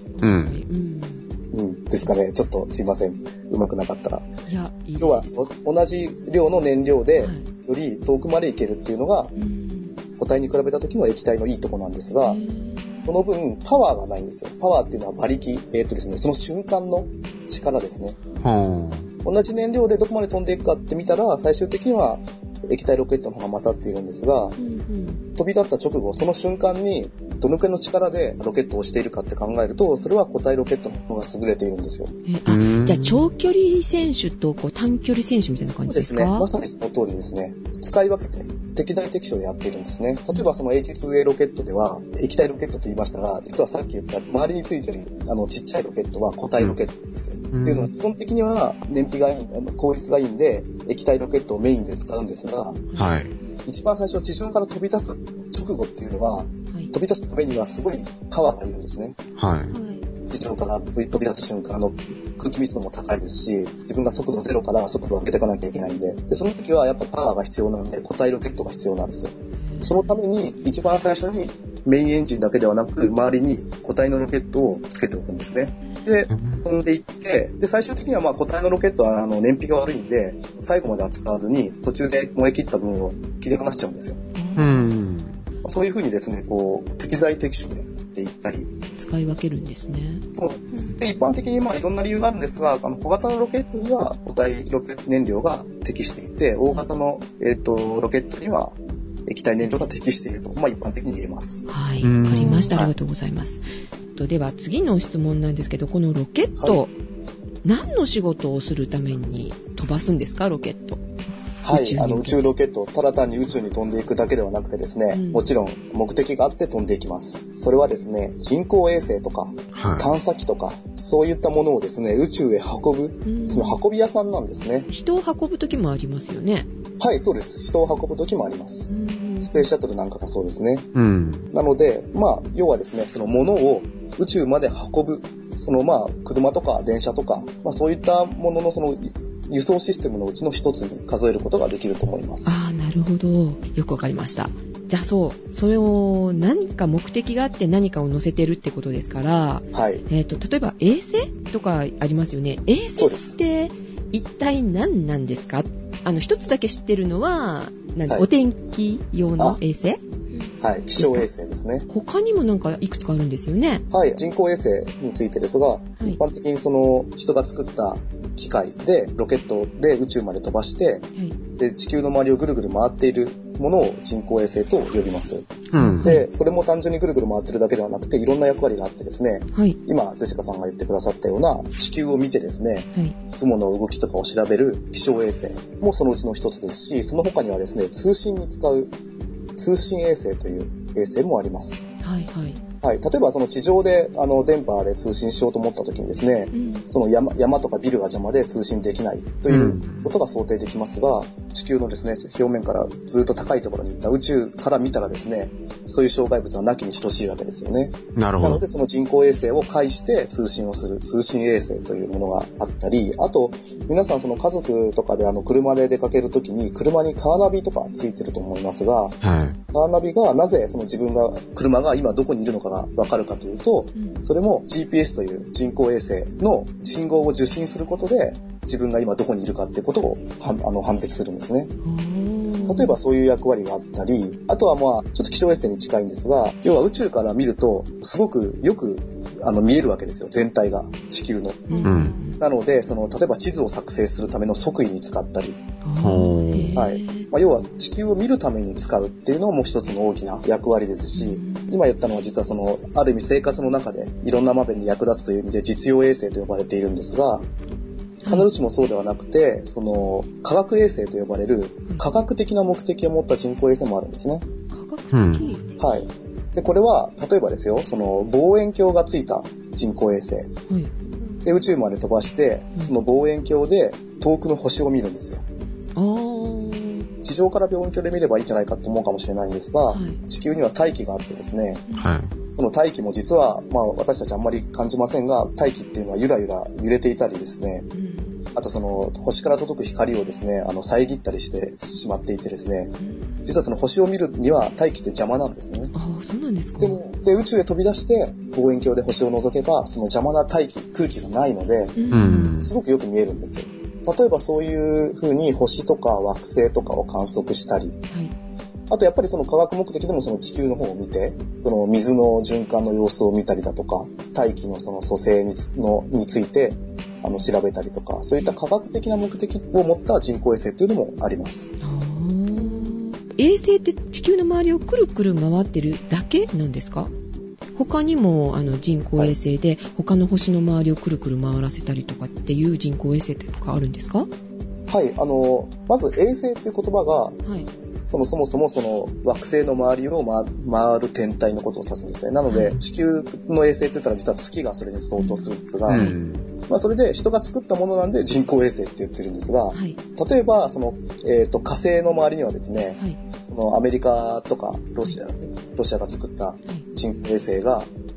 ですかね。ちょっとすいません。うまくなかったら。 いや、いいです。 要は同じ量の燃料で、より遠くまで行けるっていうのが、固体に比べた時の液体のいいとこなんですが、その分パワーがないんですよ。パワーっていうのは馬力、ですね、その瞬間の力ですね。同じ燃料でどこまで飛んでいくかって見たら、最終的には液体ロケットの方が勝っているんですが、飛び立った直後、その瞬間にどのくらいの力でロケットを押しているかって考えると、それは固体ロケットの方が優れているんですよ。 じゃあ長距離選手と短距離選手みたいな感じですか？ そうですね。まさにその通りですね。使い分けて適材適所でやっているんですね。例えばその H2A ロケットでは液体ロケットと言いましたが、実はさっき言った周りについてるちっちゃいロケットは固体ロケットですよ。っていうのは基本的には燃費がいい、効率がいいんで液体ロケットをメインで使うんですが、一番最初地上から飛び立つ直後っていうのは、飛び立つためにはすごいパワーがいるんですね。地上から飛び立つ瞬間空気密度も高いですし、自分が速度0から速度を上げていかなきゃいけないんで、その時はやっぱパワーが必要なんで、固体ロケットが必要なんですよ。そのために一番最初にメインエンジンだけではなく、周りに固体のロケットをつけておくんですね。で、飛んでいって、で、最終的には固体のロケットは燃費が悪いんで、最後までは使わずに、途中で燃え切った分を切り離しちゃうんですよ。そういう風にですね、適材適所でやっていったり。 使い分けるんですね。 そうです。で、一般的にいろんな理由があるんですが、小型のロケットには固体ロケット燃料が適していて、大型の、ロケットには液体燃料が適していると、一般的に言えます。 はい、わかりました。ありがとうございます。では次の質問なんですけど、このロケット、何の仕事をするために飛ばすんですか、ロケット？ はい、宇宙ロケット、ただ単に宇宙に飛んでいくだけではなくてですね、もちろん目的があって飛んでいきます。それはですね、人工衛星とか、探査機とか、そういったものをですね、宇宙へ運ぶ、その運び屋さんなんですね。 人を運ぶ時もありますよね。 はい、そうです。人を運ぶ時もあります。スペースシャトルなんかがそうですね。なので、要はですね、その物を宇宙まで運ぶ、その車とか電車とか、そういったもののその輸送システムのうちの一つに数えることができると思います。 なるほど。よくわかりました。じゃあそれを何か目的があって何かを載せてるってことですから、 はい。 例えば衛星とかありますよね。衛星って一体何なんですか？一つだけ知ってるのは、お天気用の衛星？ はい、気象衛星ですね。 他にもいくつかあるんですよね。 はい、人工衛星についてですが、一般的に人が作った機械でロケットで宇宙まで飛ばして、で地球の周りをぐるぐる回っているものを人工衛星と呼びます。で、それも単純にぐるぐる回ってるだけではなくて、いろんな役割があってですね、今ジェシカさんが言ってくださったような地球を見てですね、雲の動きとかを調べる気象衛星もそのうちの一つですし、その他にはですね、通信に使う通信衛星という衛星もあります。はい、例えばその地上で電波で通信しようと思った時にですね、その山とかビルが邪魔で通信できないということが想定できますが、地球のですね、表面からずっと高いところに行った宇宙から見たらですね、そういう障害物はなきに等しいわけですよね。 なるほど。 なのでその人工衛星を介して通信をする通信衛星というものがあったり、あと皆さんその家族とかで車で出かける時に車にカーナビとかついてると思いますが、カーナビがなぜその車が今どこにいるのかがわかるかというと、それも GPS という人工衛星の信号を受信することで自分が今どこにいるかっていうことを判別するんですね。例えばそういう役割があったり、あとはちょっと気象衛星に近いんですが、要は宇宙から見るとすごくよく見えるわけですよ、全体が地球の。なので例えば地図を作成するための測位に使ったり、要は地球を見るために使うっていうのも一つの大きな役割ですし、今言ったのは実はある意味生活の中でいろんな場面で役立つという意味で実用衛星と呼ばれているんですが、必ずしもそうではなくて、科学衛星と呼ばれる科学的な目的を持った人工衛星もあるんですね。はい。で、これは例えばですよ、望遠鏡がついた人工衛星、で宇宙まで飛ばして、その望遠鏡で遠くの星を見るんですよ。地上から望遠鏡で見ればいいんじゃないかと思うかもしれないんですが、地球には大気があってですね、その大気も実は、私たちあんまり感じませんが、大気っていうのはゆらゆら揺れていたりですね、あと星から届く光をですね、遮ったりしてしまっていてですね、実は星を見るには大気って邪魔なんですね。 そうなんですか。 で宇宙へ飛び出して望遠鏡で星を覗けば、その邪魔な空気がないので、すごくよく見えるんですよ。例えばそういう風に星とか惑星とかを観測したり、あとやっぱり科学目的でも地球の方を見て、水の循環の様子を見たりだとか、大気の組成について調べたりとか、そういった科学的な目的を持った人工衛星というのもあります。 衛星って地球の周りをくるくる回ってるだけなんですか？他にも人工衛星で他の星の周りをくるくる回らせたりとかっていう人工衛星ってとかあるんですか？ はい、まず衛星っていう言葉が、そもそも惑星の周りを回る天体のことを指すんですね。なので、地球の衛星って言ったら実は月がそれに相当するんですが、それで人が作ったものなんで人工衛星って言ってるんですが、例えば火星の周りにはですね、アメリカとかロシアが作った人工衛星が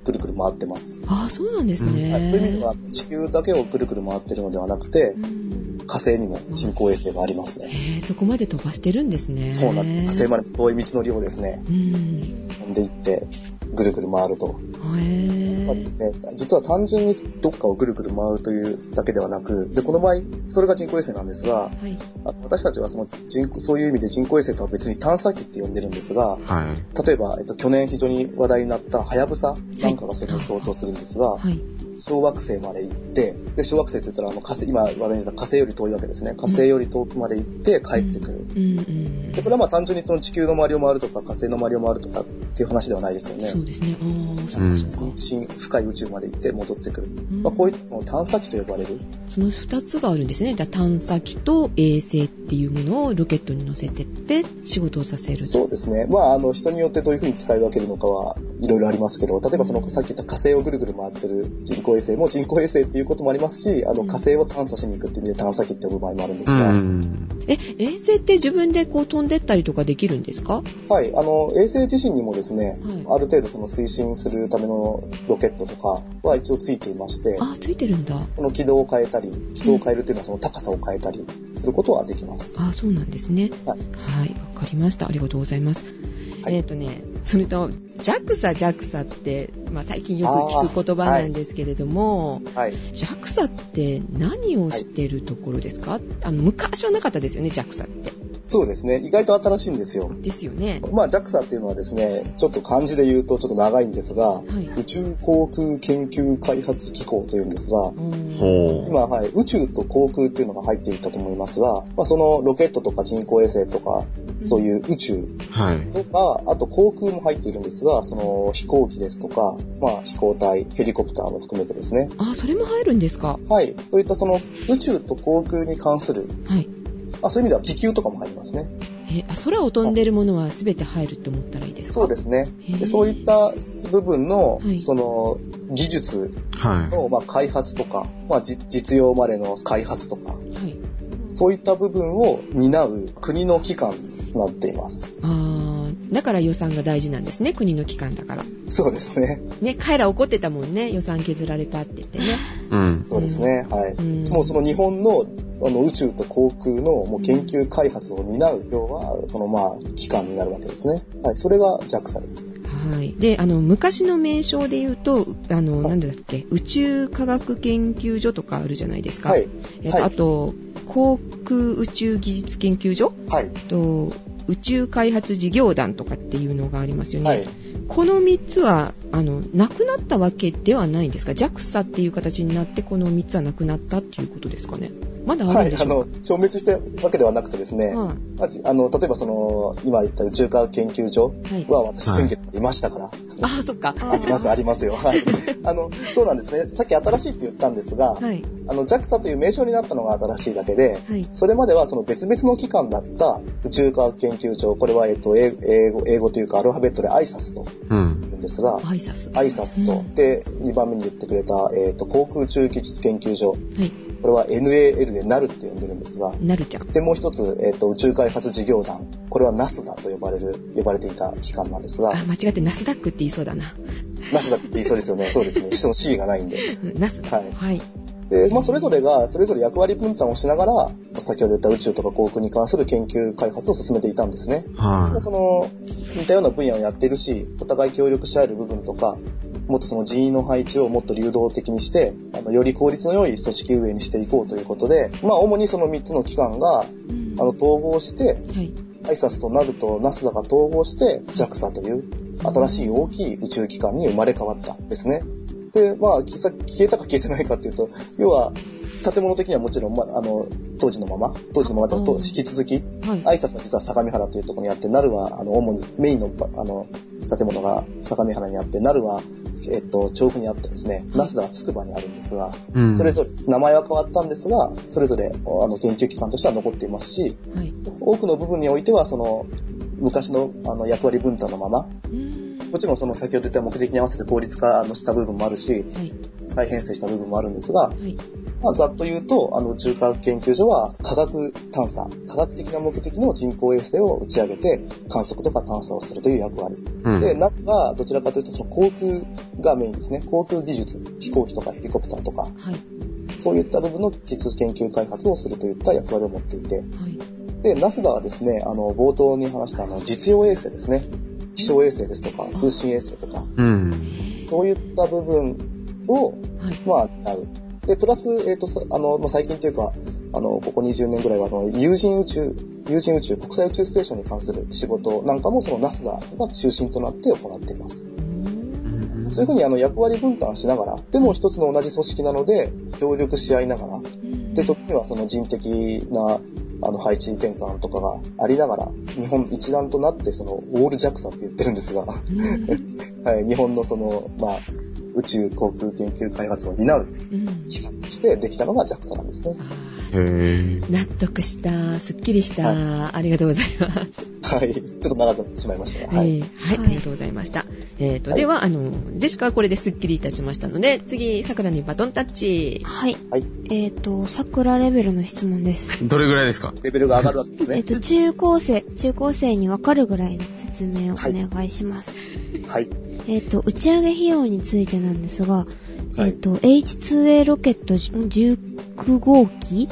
くるくる回ってます。 ああ、そうなんですね。 はい、そういう意味では地球だけをくるくる回ってるのではなくて、火星にも人工衛星がありますね。 そこまで飛ばしてるんですね。 そうなんです。火星まで遠い道のりをですね、飛んでいってぐるぐる回ると。実は単純にどっかをぐるぐる回るというだけではなく、でこの場合それが人工衛星なんですが、私たちはそういう意味で人工衛星とは別に探査機って呼んでるんですが、例えば、去年非常に話題になったはやぶさなんかがそれに相当するんですが、小惑星まで行って、で小惑星といったら火星、今話題になった火星より遠いわけですね。火星より遠くまで行って帰ってくる。でこれは単純にその地球の周りを回るとか火星の周りを回るとかっていう話ではないですよね。 そうですね。 深い宇宙まで行って戻ってくる。こういうのを探査機と呼ばれる。 その2つがあるんですね。じゃあ探査機と衛星っていうものをロケットに乗せてって仕事をさせる。 そうですね。人によってどういうふうに使い分けるのかはいろいろありますけど、例えばさっき言った火星をぐるぐる回ってる人工衛星も人工衛星っていうこともありますし、火星を探査しに行くっていう意味で探査機って呼ぶ場合もあるんですが。 衛星って自分でこう飛んでったりとかできるんですか？ はい。衛星自身にもですね、ある程度その推進するためのロケットとかは一応ついていまして。 ついてるんだ。 その軌道を変えたり、軌道を変えるというのはその高さを変えたりすることはできます。 そうなんですね。はい、わかりました。ありがとうございます。それとJAXA って、最近よく聞く言葉なんですけれども、JAXA って何をしてるところですか？昔はなかったですよね、JAXA って。 そうですね。意外と新しいんですよ。 ですよね。 JAXA っていうのはですね、ちょっと漢字で言うとちょっと長いんですが、宇宙航空研究開発機構というんですが、今、宇宙と航空っていうのが入っていたと思いますが、そのロケットとか人工衛星とか、そういう宇宙とか、あと航空も入っているんですが、その飛行機ですとか、飛行体、ヘリコプターも含めてですね。 それも入るんですか？ はい。そういったその宇宙と航空に関する、そういう意味では気球とかも入りますね。 空を飛んでるものは全て入ると思ったらいいですか？ そうですね。でそういった部分の、その技術の、開発とか、実用までの開発とか、そういった部分を担う国の機関になっています。 だから予算が大事なんですね、国の機関だから。 そうですね。 彼ら怒ってたもんね、予算削られたって言ってね。 そうですね。もうその日本の宇宙と航空のもう研究開発を担う要はその機関になるわけですね。それが JAXA です。 で昔の名称で言うとなんだっけ、宇宙科学研究所とかあるじゃないですか。あと航空宇宙技術研究所、と宇宙開発事業団とかっていうのがありますよね。この3つはなくなったわけではないんですか？ JAXA っていう形になってこの3つはなくなったっていうことですかね？まだあるんでしょうか？ 消滅したわけではなくてですね、例えばその今言った宇宙科学研究所は私先月いましたから、 そっか。 ありますよ。そうなんですね。さっき新しいって言ったんですが、JAXA という名称になったのが新しいだけで、それまではその別々の機関だった宇宙科学研究所、これは英語というかアルファベットで ISAS と言うんですが、ISAS と、で2番目に言ってくれた、航空宇宙技術研究所、これは NAL で NAL って呼んでるんですが、でもう一つ、宇宙開発事業団、これは NASDA と呼ばれていた機関なんですが、 間違ってナスダックって言いそうだな。 ナスダックって言いそうですよね。そうですね。その C がないんで。 ナスダ。 で、それぞれがそれぞれ役割分担をしながら、先ほど言った宇宙とか航空に関する研究開発を進めていたんですね。その似たような分野をやっているし、お互い協力し合える部分とか、もっとその人員の配置をもっと流動的にして、より効率の良い組織運営にしていこうということで、主にその3つの機関が統合して、ISAS と NAL と NASDA が統合して JAXA という新しい大きい宇宙機関に生まれ変わったんですね。で、消えたか消えてないかっていうと、要は建物的にはもちろん、当時のままだと引き続き、ISAS は実は相模原というところにあって、NAL は主にメインの建物が相模原にあって、NAL は調布にあってですね、NASDA は筑波にあるんですが、それぞれ名前は変わったんですが、それぞれ研究機関としては残っていますし、多くの部分においてはその昔の役割分担のまま、もちろんその先ほど言った目的に合わせて効率化した部分もあるし、再編成した部分もあるんですが、 ざっと言うと、宇宙科学研究所は科学探査、科学的な目的の人工衛星を打ち上げて観測とか探査をするという役割。で、NASAがどちらかというとその航空がメインですね。航空技術、飛行機とかヘリコプターとか、そういった部分の技術研究開発をするといった役割を持っていて、で、ナスダはですね、冒頭に話した実用衛星ですね。気象衛星ですとか、通信衛星とか、そういった部分を、担う。で、プラス、最近というか、ここ20年ぐらいは、有人宇宙、国際宇宙ステーションに関する仕事なんかも、そのナスダが中心となって行っています。そういうふうに役割分担しながら、でも一つの同じ組織なので、協力し合いながら、で、時にはその人的な、配置転換とかがありながら、日本一丸となって、その、オールJAXAって言ってるんですが、はい、日本のその、宇宙航空研究開発を担う機関としてできたのが JAXA なんですね。 納得した、すっきりした、ありがとうございます。 はい、ちょっと長くなってしまいましたが、 はい、ありがとうございました。ではジェシカはこれですっきりいたしましたので、次さくらにバトンタッチ。 はい。さくらレベルの質問です。 どれぐらいですか？ レベルが上がるわけですね。 中高生にわかるぐらいの説明をお願いします。 はい。 打ち上げ費用についてなんですが、H2A ロケット19号機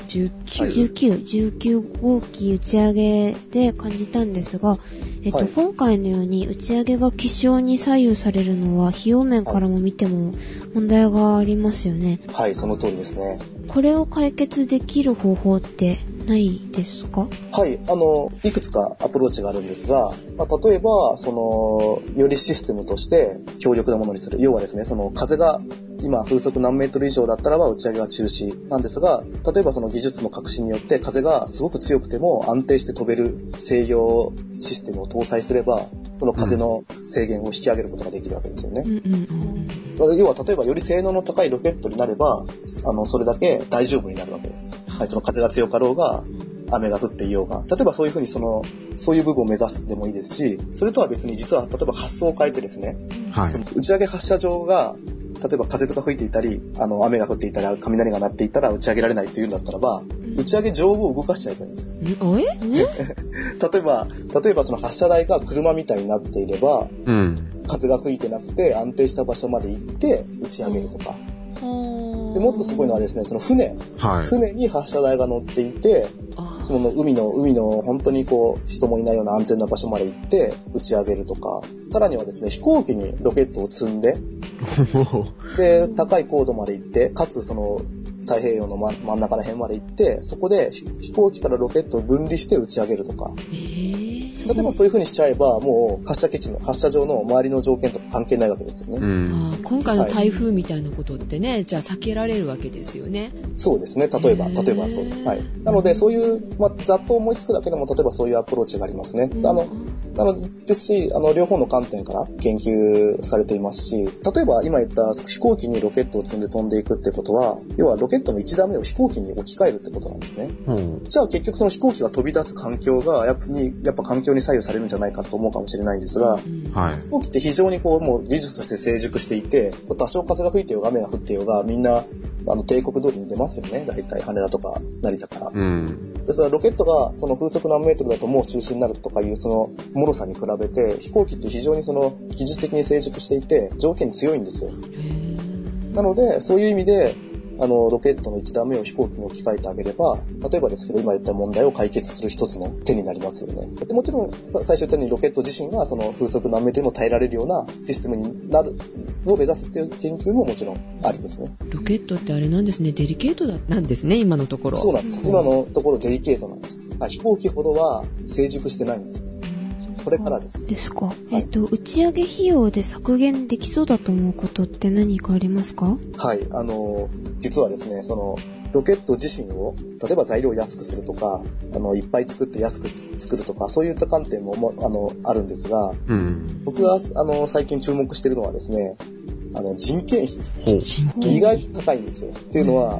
19号機打ち上げで感じたんですが、今回のように打ち上げが気象に左右されるのは費用面からも見ても問題がありますよね。 はい、その通りですね。 これを解決できる方法ってないですか？ はい、いくつかアプローチがあるんですが、例えば、よりシステムとして強力なものにする。要はですね、風が今風速何メートル以上だったらば打ち上げは中止なんですが、例えばその技術の革新によって風がすごく強くても安定して飛べる制御システムを搭載すれば、その風の制限を引き上げることができるわけですよね。要は例えばより性能の高いロケットになれば、それだけ大丈夫になるわけです。はい、その風が強かろうが、雨が降っていようが、例えばそういうふうにそういう部分を目指すでもいいですし、それとは別に実は例えば発想を変えてですね、その打ち上げ発射場が例えば風とか吹いていたり、雨が降っていたり、雷が鳴っていたら打ち上げられないっていうんだったらば、打ち上げ場を動かしちゃえばいいんですよ。例えばその発射台が車みたいになっていれば、風が吹いてなくて安定した場所まで行って打ち上げるとか。でもっとすごいのはですね、その船に発射台が乗っていて、その海の本当に人もいないような安全な場所まで行って打ち上げるとか、さらにはですね、飛行機にロケットを積んで、で、高い高度まで行って、かつ太平洋の真ん中ら辺まで行って、そこで飛行機からロケットを分離して打ち上げるとか。例えばそういう風にしちゃえば、もう発射場の周りの条件とか関係ないわけですよね。 今回の台風みたいなことってね、じゃあ避けられるわけですよね。 そうですね。例えばそうです。はい。なのでそういう、ざっと思いつくだけでも、例えばそういうアプローチがありますね。なのですし、両方の観点から研究されていますし、例えば今言った飛行機にロケットを積んで飛んでいくってことは、要はロケットの1段目を飛行機に置き換えるってことなんですね。じゃあ結局その飛行機が飛び立つ環境がやっぱ環境に左右されるんじゃないかと思うかもしれないんですが、飛行機って非常にもう技術として成熟していて、多少風が吹いてようが雨が降ってようがみんな帝国通りに出ますよね。大体羽田とか成田から。ですからロケットがその風速何メートルだともう中止になるとかいうその脆さに比べて、飛行機って非常に技術的に成熟していて条件に強いんですよ。なのでそういう意味でロケットの1段目を飛行機に置き換えてあげれば、例えばですけど今言った問題を解決する一つの手になりますよね。でもちろん最初言ったようにロケット自身がその風速何メートルも耐えられるようなシステムになるを目指すっていう研究ももちろんありですね。 ロケットってあれなんですね、デリケートなんですね、今のところ。 そうなんです。今のところデリケートなんです。飛行機ほどは成熟してないんです。これからです。 ですか。打ち上げ費用で削減できそうだと思うことって何かありますか？ はい、実はですね、ロケット自身を例えば材料を安くするとか、いっぱい作って安く作るとか、そういった観点もあるんですが、僕が最近注目しているのはですね、人件費。意外と高いんですよ。っていうのは、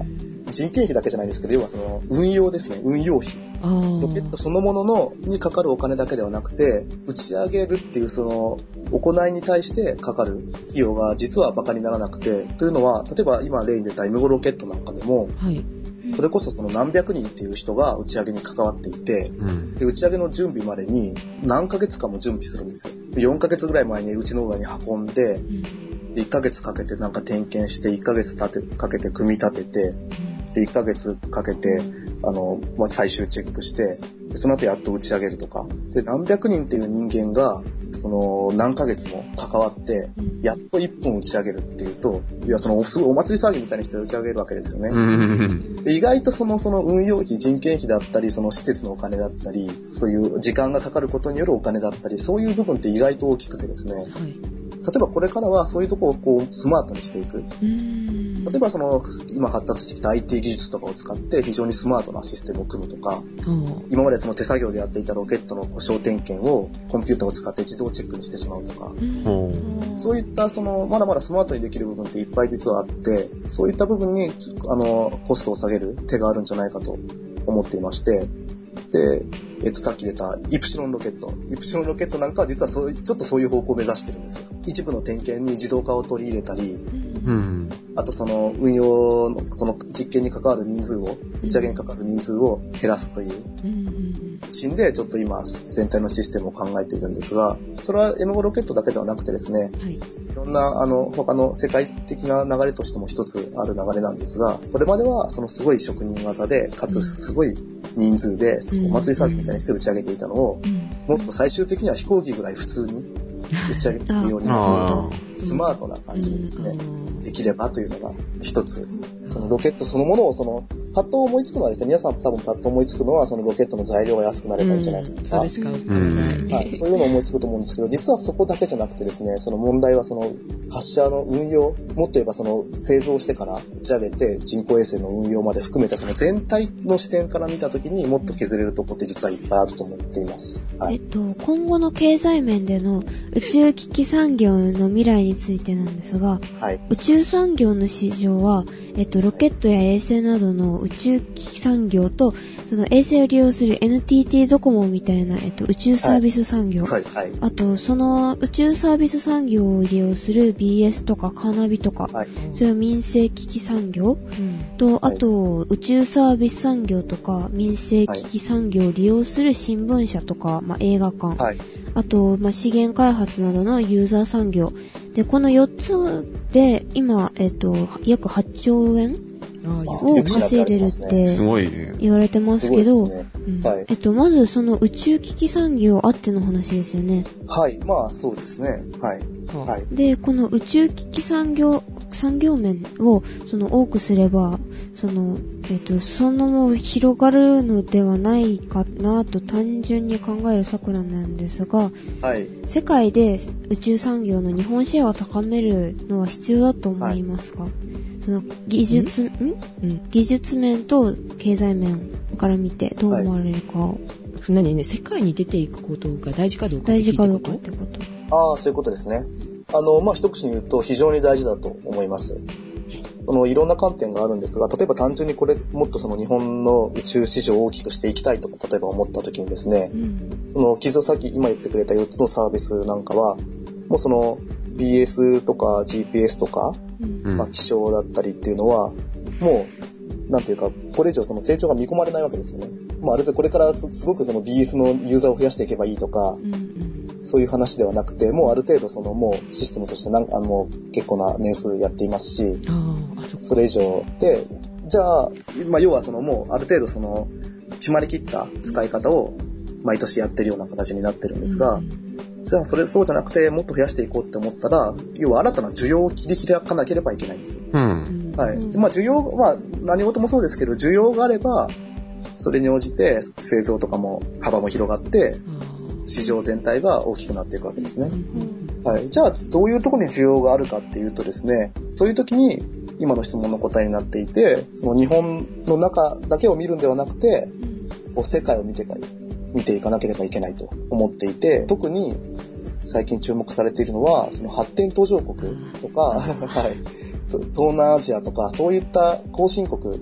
人件費だけじゃないんですけど、要はその運用ですね、運用費。ロケットそのものにかかるお金だけではなくて、打ち上げるっていうその行いに対してかかる費用が実はバカにならなくて、というのは、例えば今例に出た M5 ロケットなんかでも、はい、それこそその何百人っていう人が打ち上げに関わっていて、で打ち上げの準備までに何ヶ月間も準備するんですよ。4ヶ月ぐらい前にうちの上に運んで、で1ヶ月かけてなんか点検して、1ヶ月かけて組み立てて、で1ヶ月かけて最終チェックして、でその後やっと打ち上げるとかで、何百人っていう人間がその何ヶ月も関わってやっと1本打ち上げるっていうと、いやそのすごいお祭り騒ぎみたいにして打ち上げるわけですよね。で意外とその運用費、人件費だったり、その施設のお金だったり、そういう時間がかかることによるお金だったり、そういう部分って意外と大きくてですね、はい、例えばこれからはそういうところをこうスマートにしていく。例えば今発達してきた IT 技術とかを使って非常にスマートなシステムを組むとか、今までその手作業でやっていたロケットの故障点検をコンピューターを使って自動チェックにしてしまうとか、そういったまだまだスマートにできる部分っていっぱい実はあって、そういった部分にコストを下げる手があるんじゃないかと思っていまして、で、さっき出たイプシロンロケットなんかは実はちょっとそういう方向を目指してるんですよ。一部の点検に自動化を取り入れたり、あと運用のその実験に関わる人数を、打ち上げに関わる人数を減らすという芯でちょっと今全体のシステムを考えているんですが、それは M5 ロケットだけではなくてですね、はい、いろんな他の世界的な流れとしても一つある流れなんですが、これまではすごい職人技で、かつすごい人数でお祭り騒ぎみたいにして打ち上げていたのを、もっと最終的には飛行機ぐらい普通に打ち上げるようにスマートな感じにですね、できればというのが一つ。ロケットそのものをパッと思いつくのはですね、皆さん多分パッと思いつくのはロケットの材料が安くなればいいんじゃないかとか、はい、そういうのを思いつくと思うんですけど、実はそこだけじゃなくてですね、問題は発射の運用、もっと言えば製造してから打ち上げて人工衛星の運用まで含めた全体の視点から見たときにもっと削れるところって実はいっぱいあると思っています。はい、 今後の経済面での宇宙機器産業の未来についてなんですが、はい、宇宙産業の市場は、ロケットや衛星などの宇宙機器産業と、衛星を利用する NTT ドコモみたいな、宇宙サービス産業、はいはいはい、あと宇宙サービス産業を利用する BS とかカーナビとか、はい、そういう民生機器産業、と、あと、宇宙サービス産業とか民生機器産業を利用する新聞社とか、映画館、はい、あと、資源開発などのユーザー産業で、この4つで今、約8兆円を稼いでるって言われてますけど、まず宇宙機器産業あっての話ですよね。 はい、そうですね。はい。はい、 で、この宇宙機器産業面を多くすれば、もう広がるのではないかなと単純に考える桜なんですが、はい、世界で宇宙産業の日本シェアを高めるのは必要だと思いますか？はい、技術面と経済面から見てどう思われるか。はい、 何ね、世界に出ていくことが大事かどうかってこと？ ああ、そういうことですね。一口に言うと非常に大事だと思います。いろんな観点があるんですが、例えば単純にこれもっと日本の宇宙市場を大きくしていきたいとか例えば思った時にですね、さっき今言ってくれた4つのサービスなんかはもうBS とか GPS とか、気象だったりっていうのはもうなんていうかこれ以上成長が見込まれないわけですよね。ある程度これからすごくBS のユーザーを増やしていけばいいとか、そういう話ではなくて、もうある程度もうシステムとして結構な年数やっていますし、それ以上で、じゃあ、要はもうある程度決まりきった使い方を毎年やってるような形になってるんですが、じゃあそうじゃなくてもっと増やしていこうって思ったら、要は新たな需要を切り開かなければいけないんですよ。はい。需要、何事もそうですけど、需要があれば、それに応じて製造とかも幅も広がって、市場全体が大きくなっていくわけですね。はい。じゃあどういうところに需要があるかっていうとですね、そういう時に今の質問の答えになっていて、日本の中だけを見るんではなくて、世界を見ていかなければいけないと思っていて、特に最近注目されているのは発展途上国とか、はい、東南アジアとかそういった後進国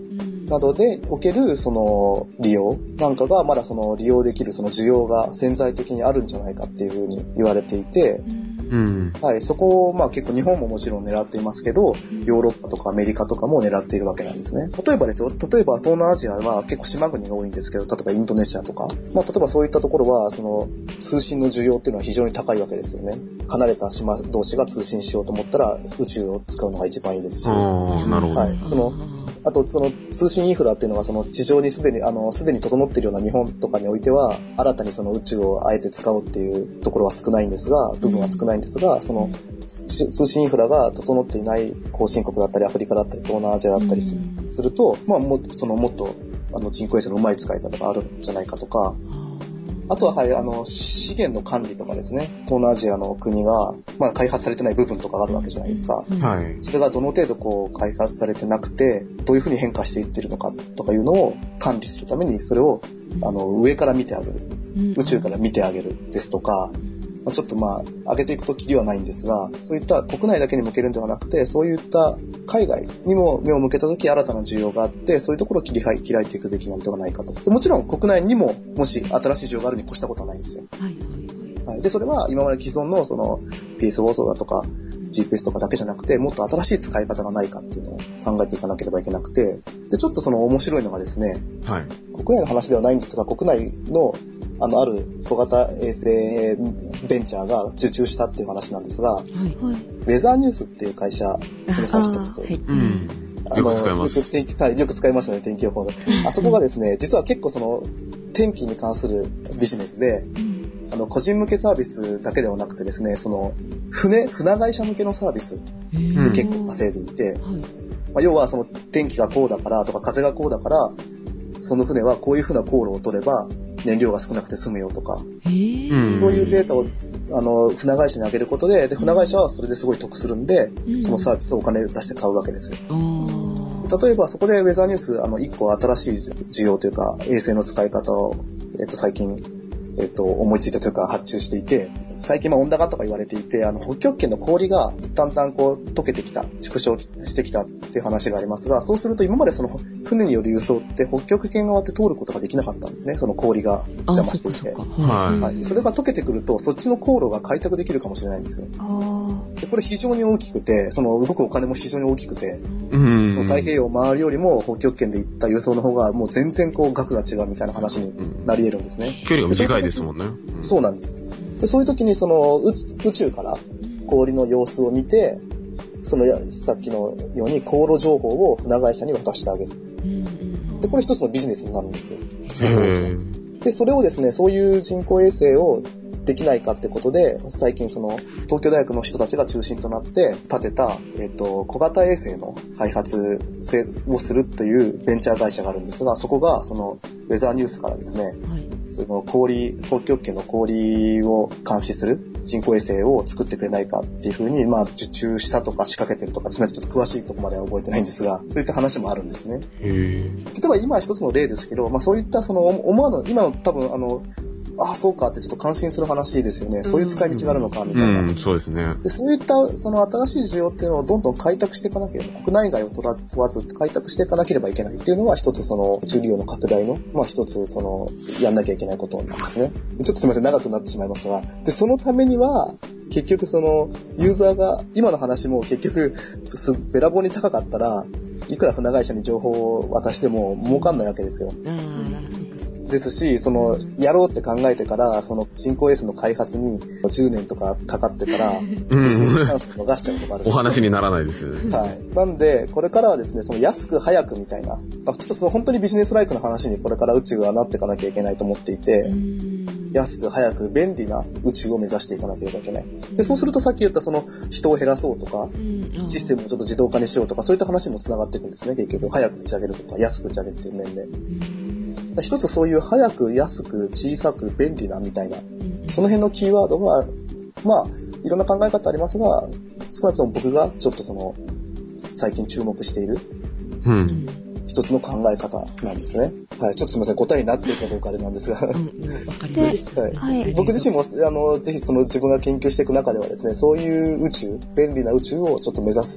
などでおけるその利用なんかがまだその利用できるその需要が潜在的にあるんじゃないかっていうふうに言われていて、はい、そこを結構日本ももちろん狙っていますけど、ヨーロッパとかアメリカとかも狙っているわけなんですね。例えば東南アジアは結構島国が多いんですけど、例えばインドネシアとか、例えばそういったところはその通信の需要っていうのは非常に高いわけですよね。離れた島同士が通信しようと思ったら宇宙を使うのが一番いいですし、 なるほど。 はい、あとその通信インフラっていうのはその地上にすでに整っているような日本とかにおいては新たにその宇宙をあえて使おうっていうところは少ないんですが、部分は少ないんですが、その通信インフラが整っていない後進国だったりアフリカだったり東南アジアだったりすると、もっと人工衛星のうまい使い方があるんじゃないかとか、あとは資源の管理とかですね、東南アジアの国が開発されてない部分とかがあるわけじゃないですか。 はい。それがどの程度開発されてなくてどういうふうに変化していってるのかとかいうのを管理するために、それを上から見てあげる、宇宙から見てあげるですとか、ちょっと上げていくときりはないんですが、そういった国内だけに向けるんではなくて、そういった海外にも目を向けたとき新たな需要があって、そういうところを開いていくべきなんではないかと。でもちろん国内にももし新しい需要があるに越したことはないんですよ。はい。で、それは今まで既存のその PS 放送だとか GPS とかだけじゃなくて、もっと新しい使い方がないかっていうのを考えていかなければいけなくて、で、ちょっとその面白いのがですね、はい、国内の話ではないんですが、国内のある小型衛星ベンチャーが受注したっていう話なんですが、はい、ウェザーニュースっていう会社、皆さん知ってます？はい、よく使います。 よく使いますね、天気予報の。あそこがですね、実は結構その天気に関するビジネスで、個人向けサービスだけではなくてですね、その船会社向けのサービスで結構稼いでいて、要はその天気がこうだからとか風がこうだから、その船はこういう風な航路を取れば燃料が少なくて済むよとか、そういうデータを船会社に上げることで、船会社はそれですごい得するんで、そのサービスをお金出して買うわけですよ。例えばそこでウェザーニュース1個新しい需要というか衛星の使い方を、最近思いついたというか発注していて、最近温暖化とか言われていて、北極圏の氷がだんだん溶けてきた、縮小してきたっていう話がありますが、そうすると今までその船による輸送って北極圏側って通ることができなかったんですね。その氷が邪魔していて、はい、それが溶けてくるとそっちの航路が開拓できるかもしれないんですよ。でこれ非常に大きくて、その動くお金も非常に大きくて、太平洋を回るよりも北極圏で行った輸送の方がもう全然額が違うみたいな話になり得るんですね。 距離が短いですもんね。 そうなんです。でそういう時にその宇宙から氷の様子を見て、さっきのように航路情報を船会社に渡してあげる。でこれ一つのビジネスになるんですよ。でそれをですね、そういう人工衛星をできないかってことで、最近その東京大学の人たちが中心となって建てた、小型衛星の開発をするというベンチャー会社があるんですが、そこがそのウェザーニュースからですね、その北極圏の氷を監視する人工衛星を作ってくれないかっていうふうに、受注したとか仕掛けてるとか、ちょっと詳しいところまでは覚えてないんですが、そういった話もあるんですね。例えば今一つの例ですけど、そういったその思わぬ、今の多分そうかってちょっと感心する話ですよね。そういう使い道があるのかみたいな。 そうですね。 でそういったその新しい需要っていうのをどんどん開拓していかなければ、国内外を問わず開拓していかなければいけないっていうのは一つその宇宙利用の拡大の一つそのやんなきゃいけないことなんですね。ちょっとすみません、長くなってしまいますが、でそのためには結局そのユーザーが今の話も結局べらぼうに高かったらいくら船会社に情報を渡しても儲かんないわけですよ。ですし、そのやろうって考えてからその人工衛星の開発に10年とかかかってたらビジネスチャンスを逃しちゃうとかあるんですよ。 お話にならないですよね。 はい。なんでこれからはですね、その安く早くみたいな、ちょっとその本当にビジネスライクな話にこれから宇宙はなっていかなきゃいけないと思っていて、安く早く便利な宇宙を目指していかなければいけない。でそうするとさっき言ったその人を減らそうとか、システムをちょっと自動化にしようとか、そういった話にもつながっていくんですね。結局早く打ち上げるとか安く打ち上げるっていう面で。一つそういう早く安く小さく便利なみたいな、その辺のキーワードがいろんな考え方ありますが、少なくとも僕がちょっとその最近注目している一つの考え方なんですね。はい、ちょっとすみません、答えになっているかどうかあれなんですが、わかりました。はい、僕自身もぜひその自分が研究していく中ではですね、そういう宇宙、便利な宇宙をちょっと目指す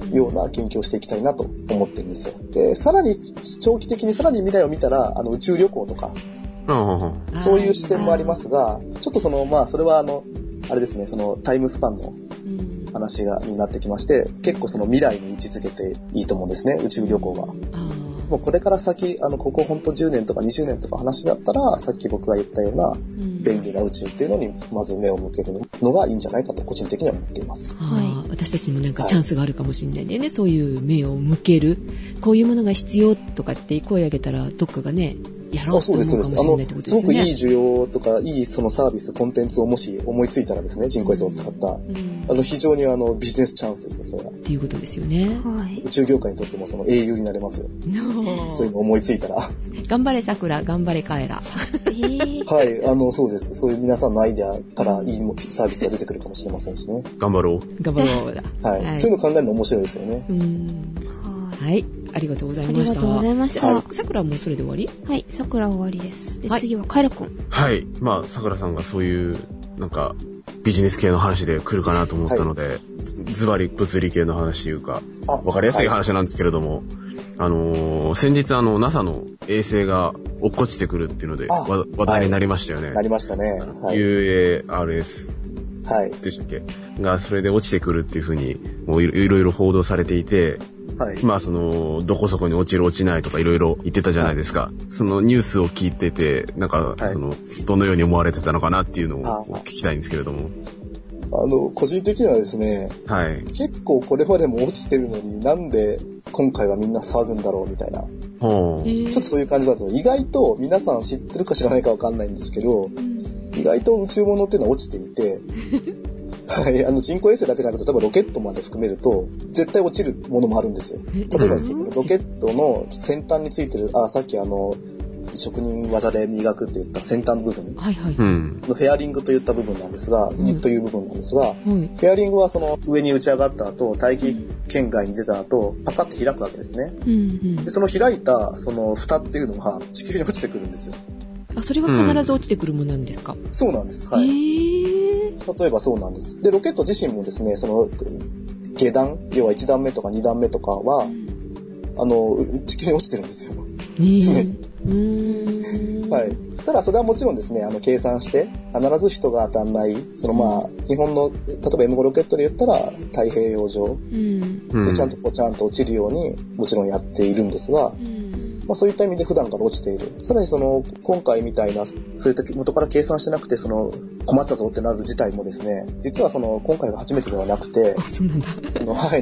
ような研究をしていきたいなと思ってるんですよ。で、さらに長期的にさらに未来を見たら、宇宙旅行とか、そういう視点もありますが、ちょっとそれはあれですね、タイムスパンの話になってきまして、結構未来に位置づけていいと思うんですね、宇宙旅行は。もうこれから先、ここほんと10年とか20年とか話だったら、さっき僕が言ったような便利な宇宙っていうのにまず目を向けるのがいいんじゃないかと個人的には思っています。 はい。私たちにもなんかチャンスがあるかもしれないんだよね、そういう目を向ける。こういうものが必要とかって声を上げたら、どっかがね、やろうと思うかもしれないってことですよね。 すごくいい需要とか、いいサービス、コンテンツをもし思いついたらですね、人工衛星を使った、非常にビジネスチャンスですよ、それは。 っていうことですよね。 はい。 宇宙業界にとっても英雄になれますよ。そういうの思いついたら。 頑張れ桜、頑張れカエラ。 はい、そうです。そういう皆さんのアイデアからいいサービスが出てくるかもしれませんしね。 頑張ろう。 頑張ろうだ。 はい。そういうの考えるの面白いですよね。 はい。ありがとうございました。 ありがとうございました。 さくらもそれで終わり？ はい、さくら終わりです。で、次はカエラくん。 はい。まあ、さくらさんがそういう、なんか、ビジネス系の話で来るかなと思ったので、ズバリ物理系の話というか、わかりやすい話なんですけれども、先日NASA の衛星が落っこちてくるっていうので、話題になりましたよね。 なりましたね。 はい、UARS。はい。でしたっけが、それで落ちてくるっていう風に、もういろいろ報道されていて、はい。まあ、どこそこに落ちる落ちないとかいろいろ言ってたじゃないですか。そのニュースを聞いてて、なんか、どのように思われてたのかなっていうのを聞きたいんですけれども。 個人的にはですね、はい。結構これまでも落ちてるのになんで今回はみんな騒ぐんだろうみたいな。ちょっとそういう感じだったので、意外と皆さん知ってるか知らないかわかんないんですけど、意外と宇宙物っていうのは落ちていて、はい、人工衛星だけじゃなくて、例えばロケットまで含めると、絶対落ちるものもあるんですよ。例えばですね、ロケットの先端についてる、さっき職人技で磨くって言った先端の部分のフェアリングといった部分なんですが、という部分なんですが、フェアリングは上に打ち上がった後、大気圏外に出た後、パカッて開くわけですね。でその開いた蓋っていうのは地球に落ちてくるんですよ。 それが必ず落ちてくるものなんですか？ そうなんです。はい。例えばそうなんです。で、ロケット自身もですね、下段、要は1段目とか2段目とかは、地球に落ちてるんですよ。常に。はい。ただそれはもちろんですね、計算して、必ず人が当たんない、日本の、例えば M5 ロケットで言ったら、太平洋上でちゃんと落ちるように、もちろんやっているんですが、そういった意味で普段から落ちている。さらに今回みたいな、そういった元から計算してなくて、困ったぞってなる事態もですね、実は今回が初めてではなくて、 そうなんだ。 はい、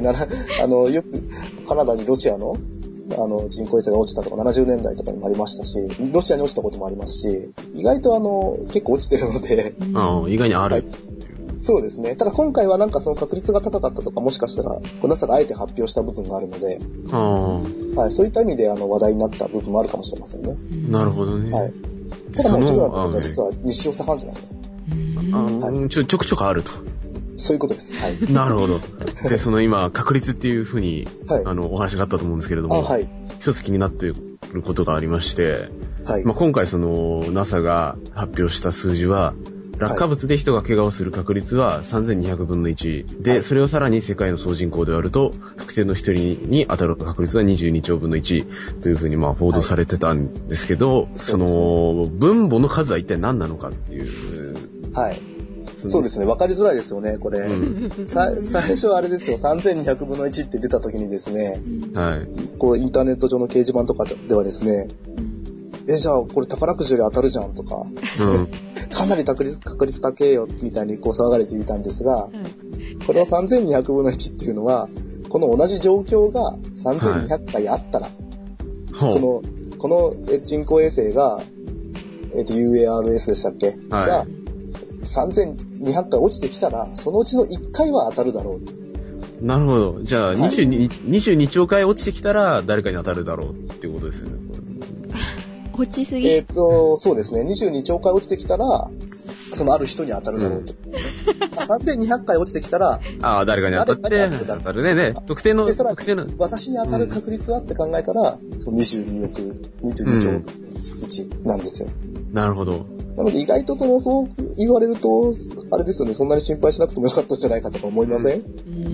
よくカナダにロシアの、人工衛星が落ちたとか70年代とかにもありましたし、ロシアに落ちたこともありますし、意外と結構落ちてるので。 意外にある。はい、 そうですね。ただ今回はなんか確率が高かったとか、もしかしたら、NASA があえて発表した部分があるので、はい、そういった意味で話題になった部分もあるかもしれませんね。 なるほどね。 はい。ただもうちろん実は日照左半時なんで。 ちょくちょくあると。 そういうことです。はい。 なるほど。で、今、確率っていうふうに、お話があったと思うんですけれども、一つ気になっていることがありまして、今回NASA が発表した数字は、落下物で人が怪我をする確率は3200分の1で、それをさらに世界の総人口で割ると、特定の一人に当たる確率は22兆分の1というふうに報道されてたんですけど、分母の数は一体何なのかっていう。 はい。そうですね。分かりづらいですよね、これ。最初はあれですよ、3200分の1って出た時にですね、はい。インターネット上の掲示板とかではですね、じゃあこれ宝くじより当たるじゃんとか、かなり確率高えよみたいに騒がれていたんですが、これは3200分の1っていうのは、この同じ状況が3200回あったら、この人工衛星が、UARS でしたっけ、が3200回落ちてきたら、そのうちの1回は当たるだろうと。 なるほど。じゃあ、22兆回落ちてきたら誰かに当たるだろうっていうことですよね。 落ちすぎ。 そうですね。22兆回落ちてきたら、ある人に当たるだろうと。3200回落ちてきたら、 誰かに当たるね。特定の。 私に当たる確率はって考えたら、22兆1なんですよ。 なるほど。 なので意外とそう言われると、あれですよね、そんなに心配しなくてもよかったんじゃないかとか思いません？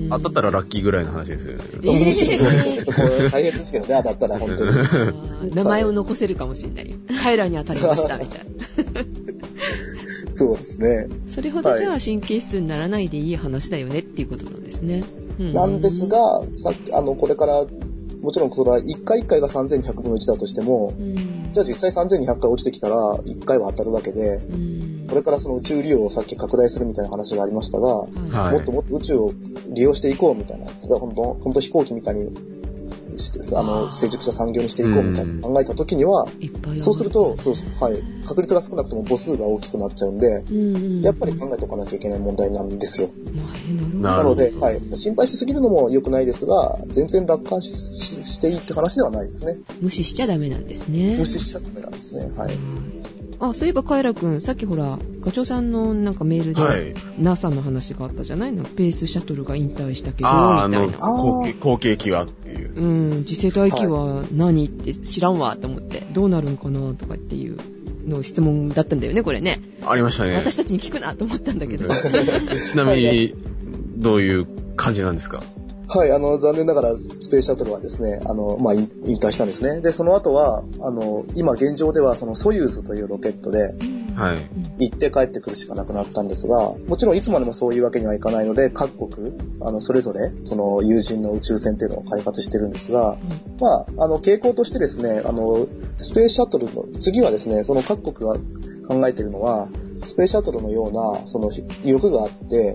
当たったらラッキーぐらいの話ですよね。 大変ですけどね、当たったら本当に。 名前を残せるかもしれないよ。彼らに当たりましたみたいな。 そうですね。 それほどじゃあ神経質にならないでいい話だよねっていうことなんですね。 なんですが、さっきこれからもちろんこれは1回1回が3200分の1だとしても、じゃあ実際3200回落ちてきたら1回は当たるわけで、これからその宇宙利用をさっき拡大するみたいな話がありましたが、もっともっと宇宙を利用していこうみたいな、本当飛行機みたいに成熟した産業にしていこうみたいな考えた時には、そうすると確率が少なくとも母数が大きくなっちゃうんで、やっぱり考えておかなきゃいけない問題なんですよ。なので、心配しすぎるのも良くないですが、全然楽観していいって話ではないですね。 無視しちゃダメなんですね。 無視しちゃダメなんですね。 そういえばカエラくん、さっきほらガチョウさんのなんかメールで、NASA の話があったじゃないの。スペースシャトルが引退したけどみたいな。 後継機はっていう。 次世代機は何って知らんわと思って、どうなるんかなとかっていうの質問だったんだよね、これね。 ありましたね。 私たちに聞くなと思ったんだけど。 ちなみにどういう感じなんですか？ 残念ながらスペースシャトルはですね、引退したんですね。で、その後は、今現状ではそのソユーズというロケットで、行って帰ってくるしかなくなったんですが、もちろんいつまでもそういうわけにはいかないので、各国、それぞれ、その有人の宇宙船っていうのを開発してるんですが、傾向としてですね、スペースシャトルの、次はですね、その各国が考えているのは、スペースシャトルのようなその欲があって、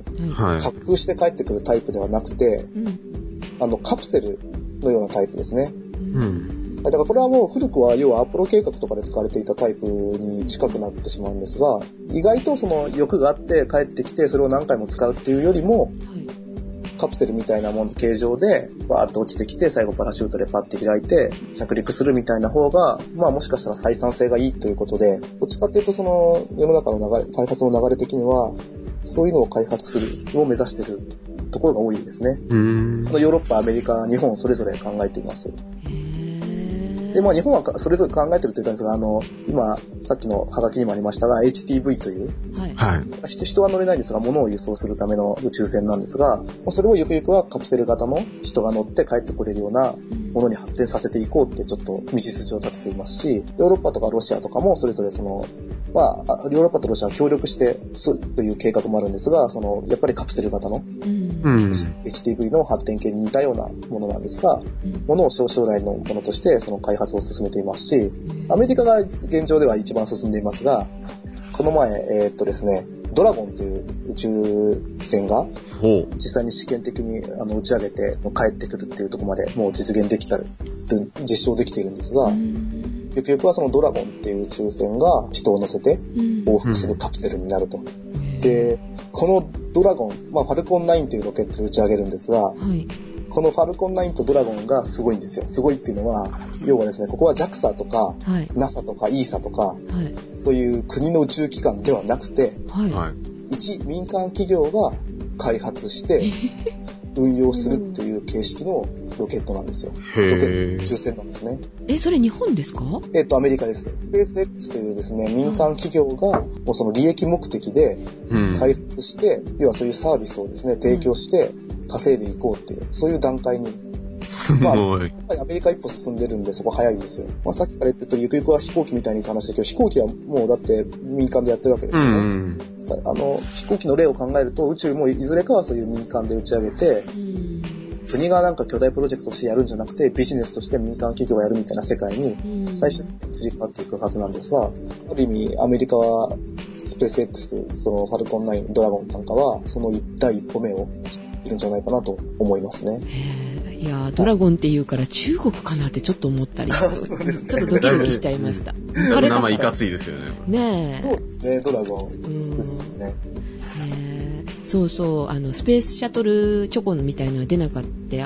滑空して帰ってくるタイプではなくて、カプセルのようなタイプですね。だからこれはもう古くは要はアポロ計画とかで使われていたタイプに近くなってしまうんですが、意外とその欲があって帰ってきてそれを何回も使うっていうよりも、カプセルみたいな形状でバーッと落ちてきて最後パラシュートでパッて開いて着陸するみたいな方がもしかしたら採算性がいいということで、どっちかっていうとその世の中の開発の流れ的にはそういうのを開発するを目指しているところが多いですね。ヨーロッパ、アメリカ、日本それぞれ考えています。で、日本はそれぞれ考えてると言ったんですが、今、さっきのハガキにもありましたが、HTV という、人は乗れないんですが、物を輸送するための宇宙船なんですが、それをゆくゆくはカプセル型の人が乗って帰ってこれるようなものに発展させていこうってちょっと道筋を立てていますし、ヨーロッパとかロシアとかもそれぞれヨーロッパとロシアは協力してという計画もあるんですが、やっぱりカプセル型の、HTV の発展系に似たようなものなんですが、ものを将来のものとしてその開発を進めていますし、アメリカが現状では一番進んでいますが、この前、ですね、ドラゴンという宇宙船が実際に試験的に打ち上げて帰ってくるっていうところまでもう実現できたる、実証できているんですが、ゆくゆくはそのドラゴンっていう宇宙船が人を乗せて往復するカプセルになると。で、このドラゴン、ファルコン9というロケットで打ち上げるんですが、このファルコン9とドラゴンがすごいんですよ。すごいっていうのは、要はですね、ここは JAXA とか、NASA とか ESA とか、そういう国の宇宙機関ではなくて、一民間企業が開発して運用するっていう形式のロケットなんですよ。ロケット宇宙船なんですね。 それ日本ですか？ アメリカです。スペース X というですね、民間企業がもうその利益目的で開発して、要はそういうサービスをですね、提供して稼いでいこうっていう、そういう段階に。やっぱりアメリカ一歩進んでるんでそこ早いんですよ。さっきから言ってるとゆくゆくは飛行機みたいに話したけど、飛行機はもうだって民間でやってるわけですよね。飛行機の例を考えると宇宙もいずれかはそういう民間で打ち上げて、国がなんか巨大プロジェクトとしてやるんじゃなくてビジネスとして民間企業がやるみたいな世界に最初に移り変わっていくはずなんですが、ある意味アメリカはスペース X、そのファルコン9、ドラゴンなんかはその第一歩目をしているんじゃないかなと思いますね。 いやドラゴンって言うから中国かなってちょっと思ったりして、ちょっとドキドキしちゃいました。 名前いかついですよね。 そうですね、ドラゴン。 そうそう、スペースシャトルチョコみたいなのが出なかった、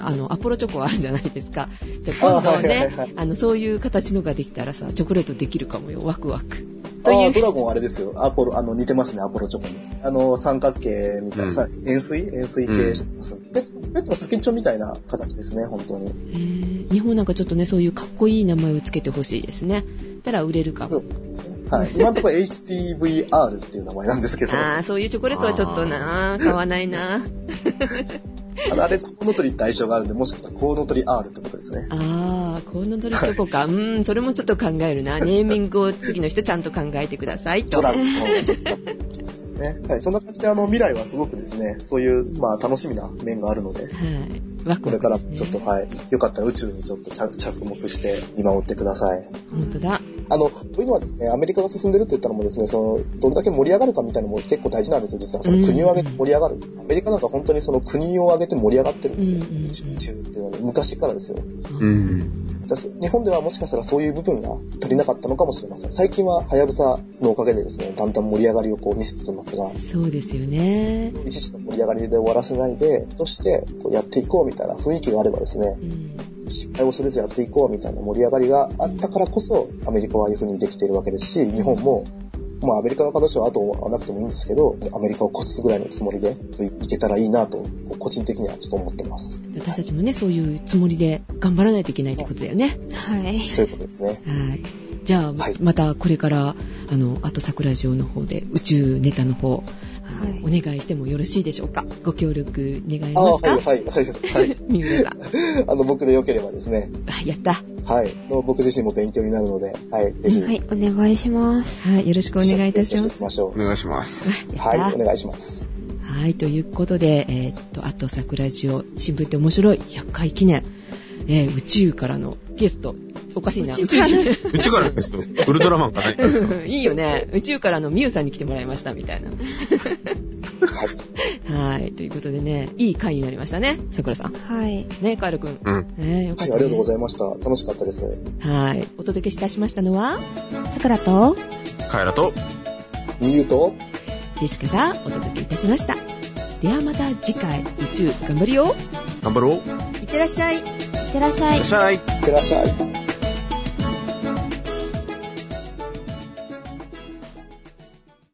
アポロチョコあるじゃないですか。じゃあ今度はね、そういう形のができたらさ、チョコレートできるかもよ、ワクワク。 ドラゴンあれですよ、アポロ、似てますね、アポロチョコに。三角形みたいな、円錐形してます。ペットの先っちょみたいな形ですね、本当に。 日本なんかちょっとね、そういうかっこいい名前をつけてほしいですね。たら売れるかも。 今のところ HTVR っていう名前なんですけど。 そういうチョコレートはちょっとな、買わないな。 あれ、コウノトリって相性があるんで、もしかしたらコウノトリ R ってことですね。 あー、コウノトリチョコか。それもちょっと考えるな。ネーミングを次の人ちゃんと考えてくださいと。 ドラゴンね。はい、そんな感じで未来はすごくですね、そういう、楽しみな面があるので、 はい、 これからちょっと、はい、よかったら宇宙にちょっと着目して見守ってください。 本当だ。 こういうのはですね、アメリカが進んでるって言ったのもですね、どれだけ盛り上がるかみたいなのも結構大事なんですよ、実は。国を挙げて盛り上がる。アメリカなんか本当に国を挙げて盛り上がってるんですよ。宇宙っていうのは昔からですよ。日本ではもしかしたらそういう部分が足りなかったのかもしれません。最近ははやぶさのおかげでですね、だんだん盛り上がりを見せてきますが。 そうですよね。 一時の盛り上がりで終わらせないで、としてやっていこうみたいな雰囲気があればですね、失敗をそれぞれやっていこうみたいな盛り上がりがあったからこそ、アメリカはああいう風にできているわけですし、日本も、アメリカの形は後はなくてもいいんですけど、アメリカを越すぐらいのつもりでいけたらいいなと、個人的にはちょっと思ってます。 私たちもね、そういうつもりで頑張らないといけないってことだよね。 はい。 そういうことですね。 はい。じゃあ、またこれから、あと桜城の方で宇宙ネタの方、お願いしてもよろしいでしょうか。ご協力願いますか。 はい。 三浦さん。 僕でよければですね。 やった。 はい。僕自身も勉強になるので、はい。ぜひ。 はい、お願いします。 はい、よろしくお願いいたします。 お願いします。 はい、お願いします。 はい、ということで、あと桜城新聞って面白い100回記念、宇宙からのゲスト。おかしいな。宇宙からのゲスト。ウルトラマンかないですか。 いいよね。宇宙からのミュウさんに来てもらいましたみたいな。はい。ということでね、いい回になりましたね、桜さん。 はい。 ね、カエルくん。 よかったね。はい、ありがとうございました。楽しかったです。 はい。お届けいたしましたのは、 桜と、 カエラと、 ミユと、 ジェシカがお届けいたしました。ではまた次回、宇宙頑張るよ。 頑張ろう。 いってらっしゃい。いってらっしゃい。 いってらっしゃい。 いってらっしゃい。